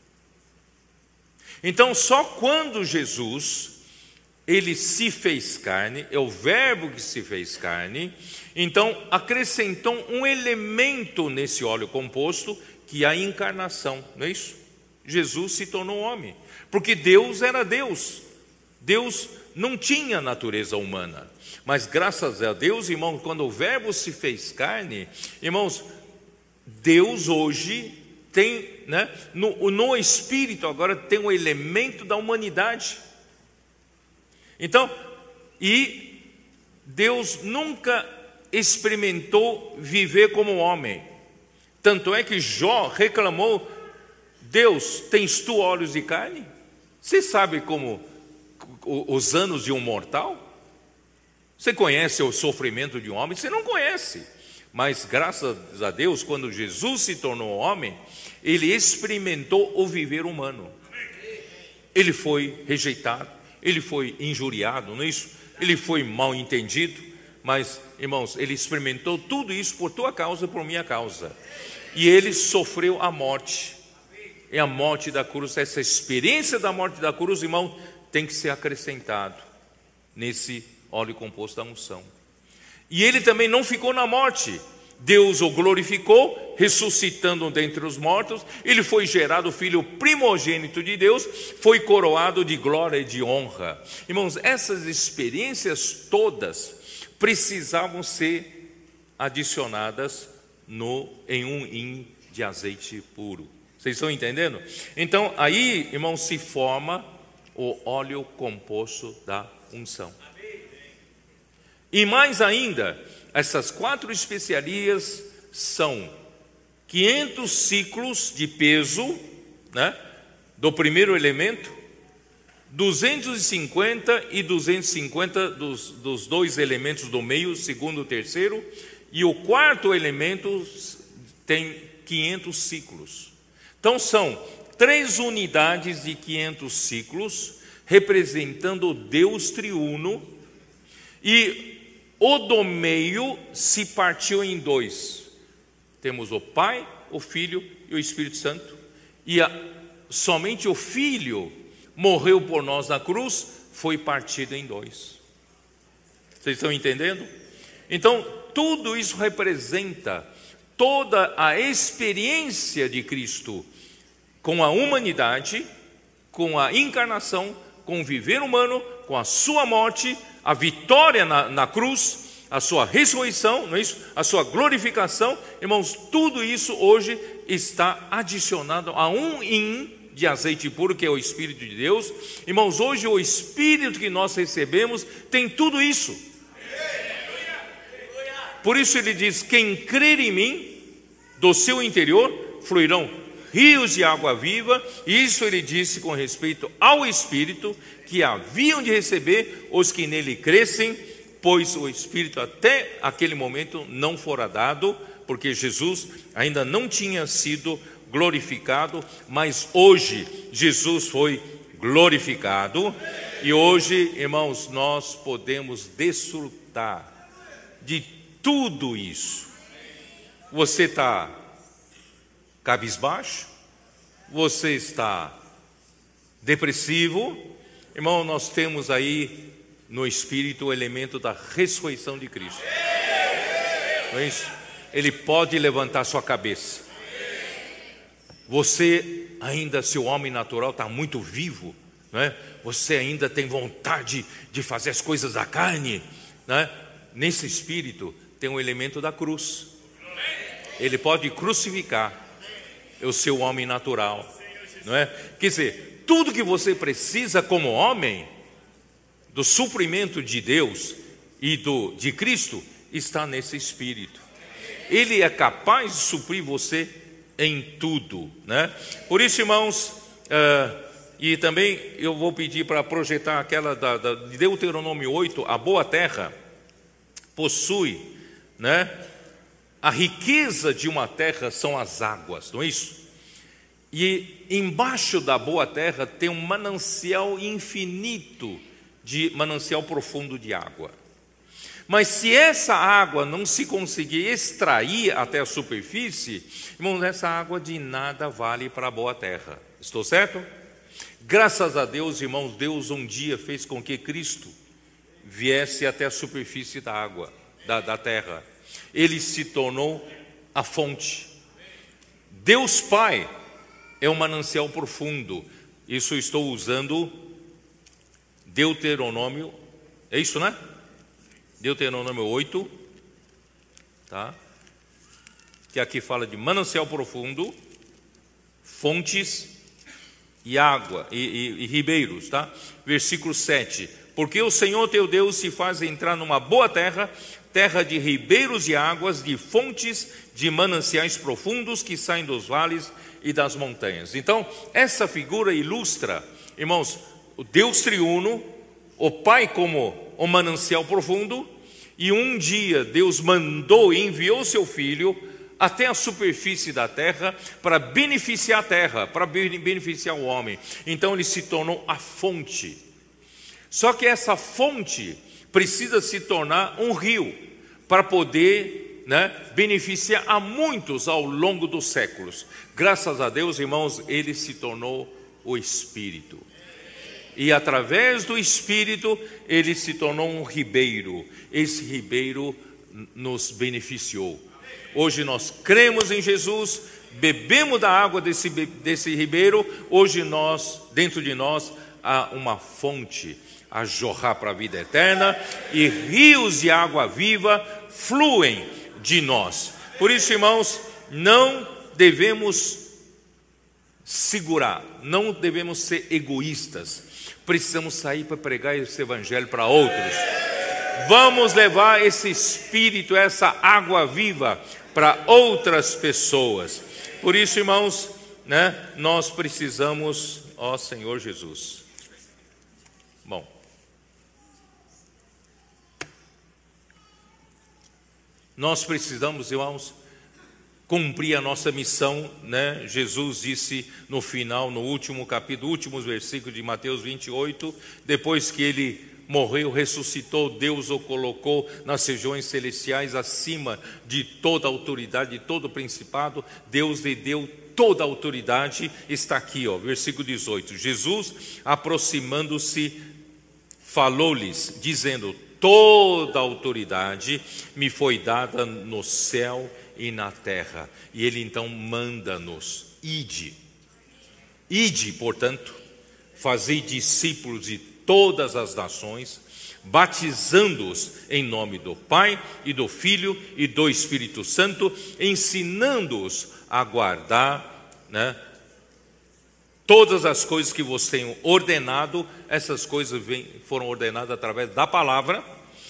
Então, só quando Jesus ele se fez carne, é o verbo que se fez carne, então acrescentou um elemento nesse óleo composto, que é a encarnação, não é isso? Jesus se tornou homem, porque Deus era Deus. Deus não tinha natureza humana, mas graças a Deus, irmãos, quando o verbo se fez carne, irmãos, Deus hoje tem, né, no, no Espírito agora tem um elemento da humanidade. Então, e Deus nunca experimentou viver como homem. Tanto é que Jó reclamou: Deus, tens tu olhos de carne? Você sabe como os anos de um mortal? Você conhece o sofrimento de um homem? Você não conhece. Mas graças a Deus, quando Jesus se tornou homem, ele experimentou o viver humano. Ele foi rejeitado, ele foi injuriado, não é isso? Ele foi mal entendido, mas, irmãos, ele experimentou tudo isso por tua causa e por minha causa. E ele sofreu a morte. É a morte da cruz. Essa experiência da morte da cruz, irmão, tem que ser acrescentado nesse óleo composto da unção. E ele também não ficou na morte. Deus o glorificou, ressuscitando dentre os mortos. Ele foi gerado filho primogênito de Deus, foi coroado de glória e de honra. Irmãos, essas experiências todas precisavam ser adicionadas no, em um hin de azeite puro. Vocês estão entendendo? Então, aí, irmãos, se forma o óleo composto da unção. E mais ainda, essas quatro especiarias são quinhentos ciclos de peso, né, do primeiro elemento, duzentos e cinquenta e duzentos e cinquenta dos, dos dois elementos do meio, segundo e terceiro, e o quarto elemento tem quinhentos ciclos. Então são três unidades de quinhentos ciclos, representando o Deus triuno, e o do meio se partiu em dois. Temos o Pai, o Filho e o Espírito Santo. E a, somente o Filho morreu por nós na cruz, foi partido em dois. Vocês estão entendendo? Então, tudo isso representa toda a experiência de Cristo com a humanidade, com a encarnação, com o viver humano, com a sua morte, a vitória na, na cruz, a sua ressurreição, não é isso? A sua glorificação. Irmãos, tudo isso hoje está adicionado a um hin de azeite puro, que é o Espírito de Deus. Irmãos, hoje o Espírito que nós recebemos tem tudo isso. Por isso ele diz: quem crer em mim, do seu interior fluirão rios de água viva. Isso ele disse com respeito ao Espírito, que haviam de receber os que nele crescem, pois o Espírito até aquele momento não fora dado, porque Jesus ainda não tinha sido glorificado, mas hoje Jesus foi glorificado. E hoje, irmãos, nós podemos desfrutar de tudo isso. Você está cabisbaixo? Você está depressivo? Irmão, nós temos aí no Espírito o elemento da ressurreição de Cristo. Não é isso? Ele pode levantar sua cabeça. Você ainda, seu homem natural está muito vivo, não é? Você ainda tem vontade de fazer as coisas da carne, não é? Nesse Espírito tem um elemento da cruz. Ele pode crucificar o seu homem natural, não é? Quer dizer, tudo que você precisa como homem, do suprimento de Deus e do, de Cristo, está nesse Espírito. Ele é capaz de suprir você em tudo, né? Por isso, irmãos, uh, e também eu vou pedir para projetar aquela da, da, de Deuteronômio oito, a boa terra possui, né? A riqueza de uma terra são as águas, não é isso? E embaixo da boa terra tem um manancial infinito, de manancial profundo de água. Mas se essa água não se conseguir extrair até a superfície, irmãos, essa água de nada vale para a boa terra. Estou certo? Graças a Deus, irmãos, Deus um dia fez com que Cristo viesse até a superfície da água, da, da terra. Ele se tornou a fonte. Deus Pai é um manancial profundo. Isso eu estou usando Deuteronômio, é isso, né? Deuteronômio oito, tá? Que aqui fala de manancial profundo, fontes e água e, e, e ribeiros, tá? Versículo sete. Porque o Senhor teu Deus te faz entrar numa boa terra, terra de ribeiros e águas, de fontes de mananciais profundos que saem dos vales e das montanhas. Então, essa figura ilustra, irmãos, o Deus triuno, o Pai como o manancial profundo, e um dia Deus mandou e enviou seu Filho até a superfície da terra para beneficiar a terra, para beneficiar o homem. Então ele se tornou a fonte. Só que essa fonte precisa se tornar um rio para poder, né, beneficiar a muitos ao longo dos séculos. Graças a Deus, irmãos, ele se tornou o Espírito. E através do Espírito, ele se tornou um ribeiro. Esse ribeiro nos beneficiou. Hoje nós cremos em Jesus, bebemos da água desse, desse ribeiro. Hoje nós, dentro de nós, há uma fonte a jorrar para a vida eterna, e rios de água viva fluem de nós. Por isso, irmãos, não devemos segurar, não devemos ser egoístas. Precisamos sair para pregar esse evangelho para outros. Vamos levar esse espírito, essa água viva para outras pessoas. Por isso, irmãos, né, nós precisamos, ó Senhor Jesus. Bom, nós precisamos, irmãos, cumprir a nossa missão, né? Jesus disse no final, no último capítulo, últimos versículos de Mateus vinte e oito, depois que ele morreu, ressuscitou, Deus o colocou nas regiões celestiais acima de toda autoridade, de todo principado. Deus lhe deu toda a autoridade. Está aqui, ó, versículo dezoito. Jesus, aproximando-se, falou-lhes, dizendo: toda a autoridade me foi dada no céu e na terra. E ele então manda-nos: ide. Ide, portanto, fazei discípulos de todas as nações, batizando-os em nome do Pai e do Filho e do Espírito Santo, ensinando-os a guardar, né, todas as coisas que vos tenho ordenado. Essas coisas vem, foram ordenadas através da palavra.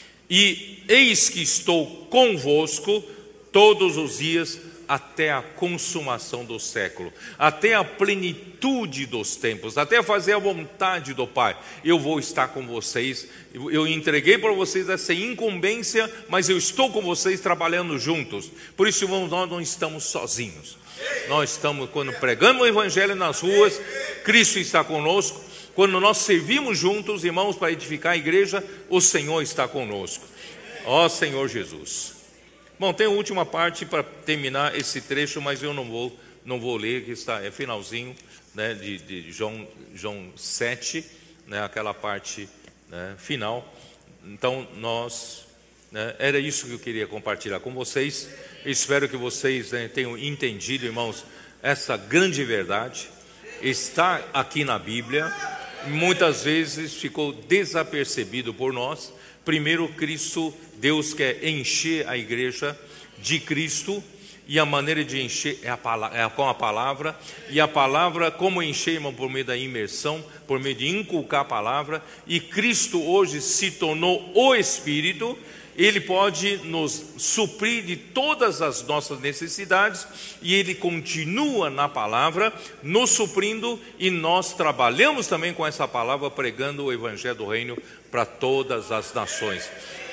E eis que estou convosco todos os dias até a consumação do século, até a plenitude dos tempos, até fazer a vontade do Pai. Eu vou estar com vocês. Eu entreguei para vocês essa incumbência, mas eu estou com vocês trabalhando juntos. Por isso, irmãos, nós não estamos sozinhos. Nós estamos, quando pregamos o evangelho nas ruas, Cristo está conosco. Quando nós servimos juntos, irmãos, para edificar a igreja, o Senhor está conosco. Ó Senhor Jesus. Bom, tem a última parte para terminar esse trecho, mas eu não vou, não vou ler, que está, é finalzinho, né, de, de João, João sete, né, aquela parte, né, final. Então, nós, né, era isso que eu queria compartilhar com vocês. Espero que vocês, né, tenham entendido, irmãos, essa grande verdade. Está aqui na Bíblia, muitas vezes ficou desapercebido por nós. Primeiro, Cristo, Deus quer encher a igreja de Cristo, e a maneira de encher é, a palavra, é com a palavra. E a palavra, como encher, irmão, por meio da imersão, por meio de inculcar a palavra. E Cristo hoje se tornou o Espírito. Ele pode nos suprir de todas as nossas necessidades, e Ele continua na palavra, nos suprindo, e nós trabalhamos também com essa palavra, pregando o Evangelho do Reino para todas as nações.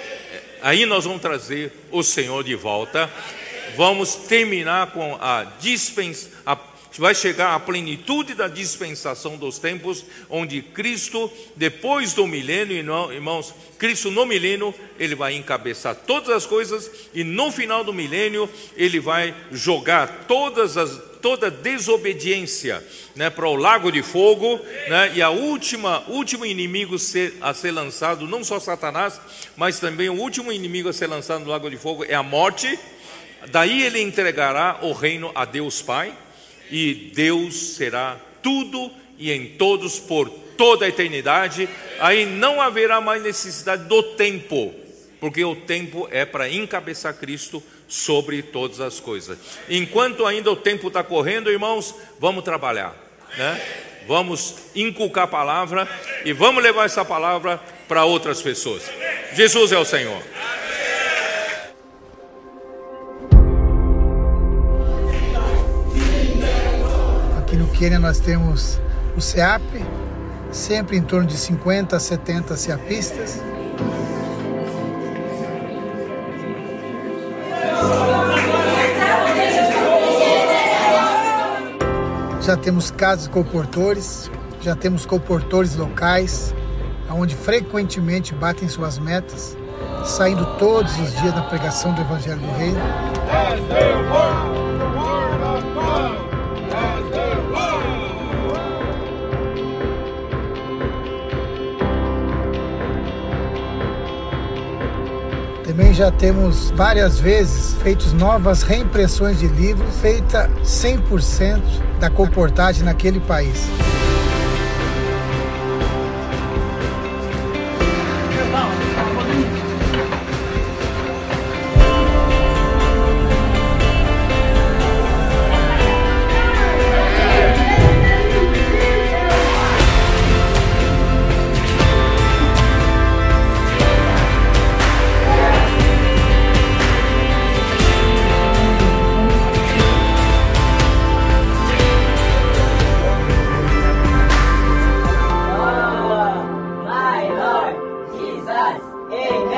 Aí nós vamos trazer o Senhor de volta, vamos terminar com a dispensação, vai chegar a plenitude da dispensação dos tempos, onde Cristo, depois do milênio, irmãos, Cristo no milênio, Ele vai encabeçar todas as coisas, e no final do milênio, Ele vai jogar todas as, toda desobediência, né, para o lago de fogo, né, e a última, último inimigo ser, a ser lançado, não só Satanás, mas também o último inimigo a ser lançado no lago de fogo é a morte. Daí Ele entregará o reino a Deus Pai, e Deus será tudo e em todos por toda a eternidade. Aí não haverá mais necessidade do tempo, porque o tempo é para encabeçar Cristo sobre todas as coisas. Enquanto ainda o tempo está correndo, irmãos, vamos trabalhar, né? Vamos inculcar a palavra e vamos levar essa palavra para outras pessoas. Jesus é o Senhor. Aqui no Quênia nós temos o SEAP, sempre em torno de cinquenta a setenta SEAPistas. Já temos casas de colportores, já temos colportores locais, onde frequentemente batem suas metas, saindo todos os dias na pregação do Evangelho do Reino. Também já temos várias vezes feitos novas reimpressões de livros, feita cem por cento da colportagem naquele país. Hey!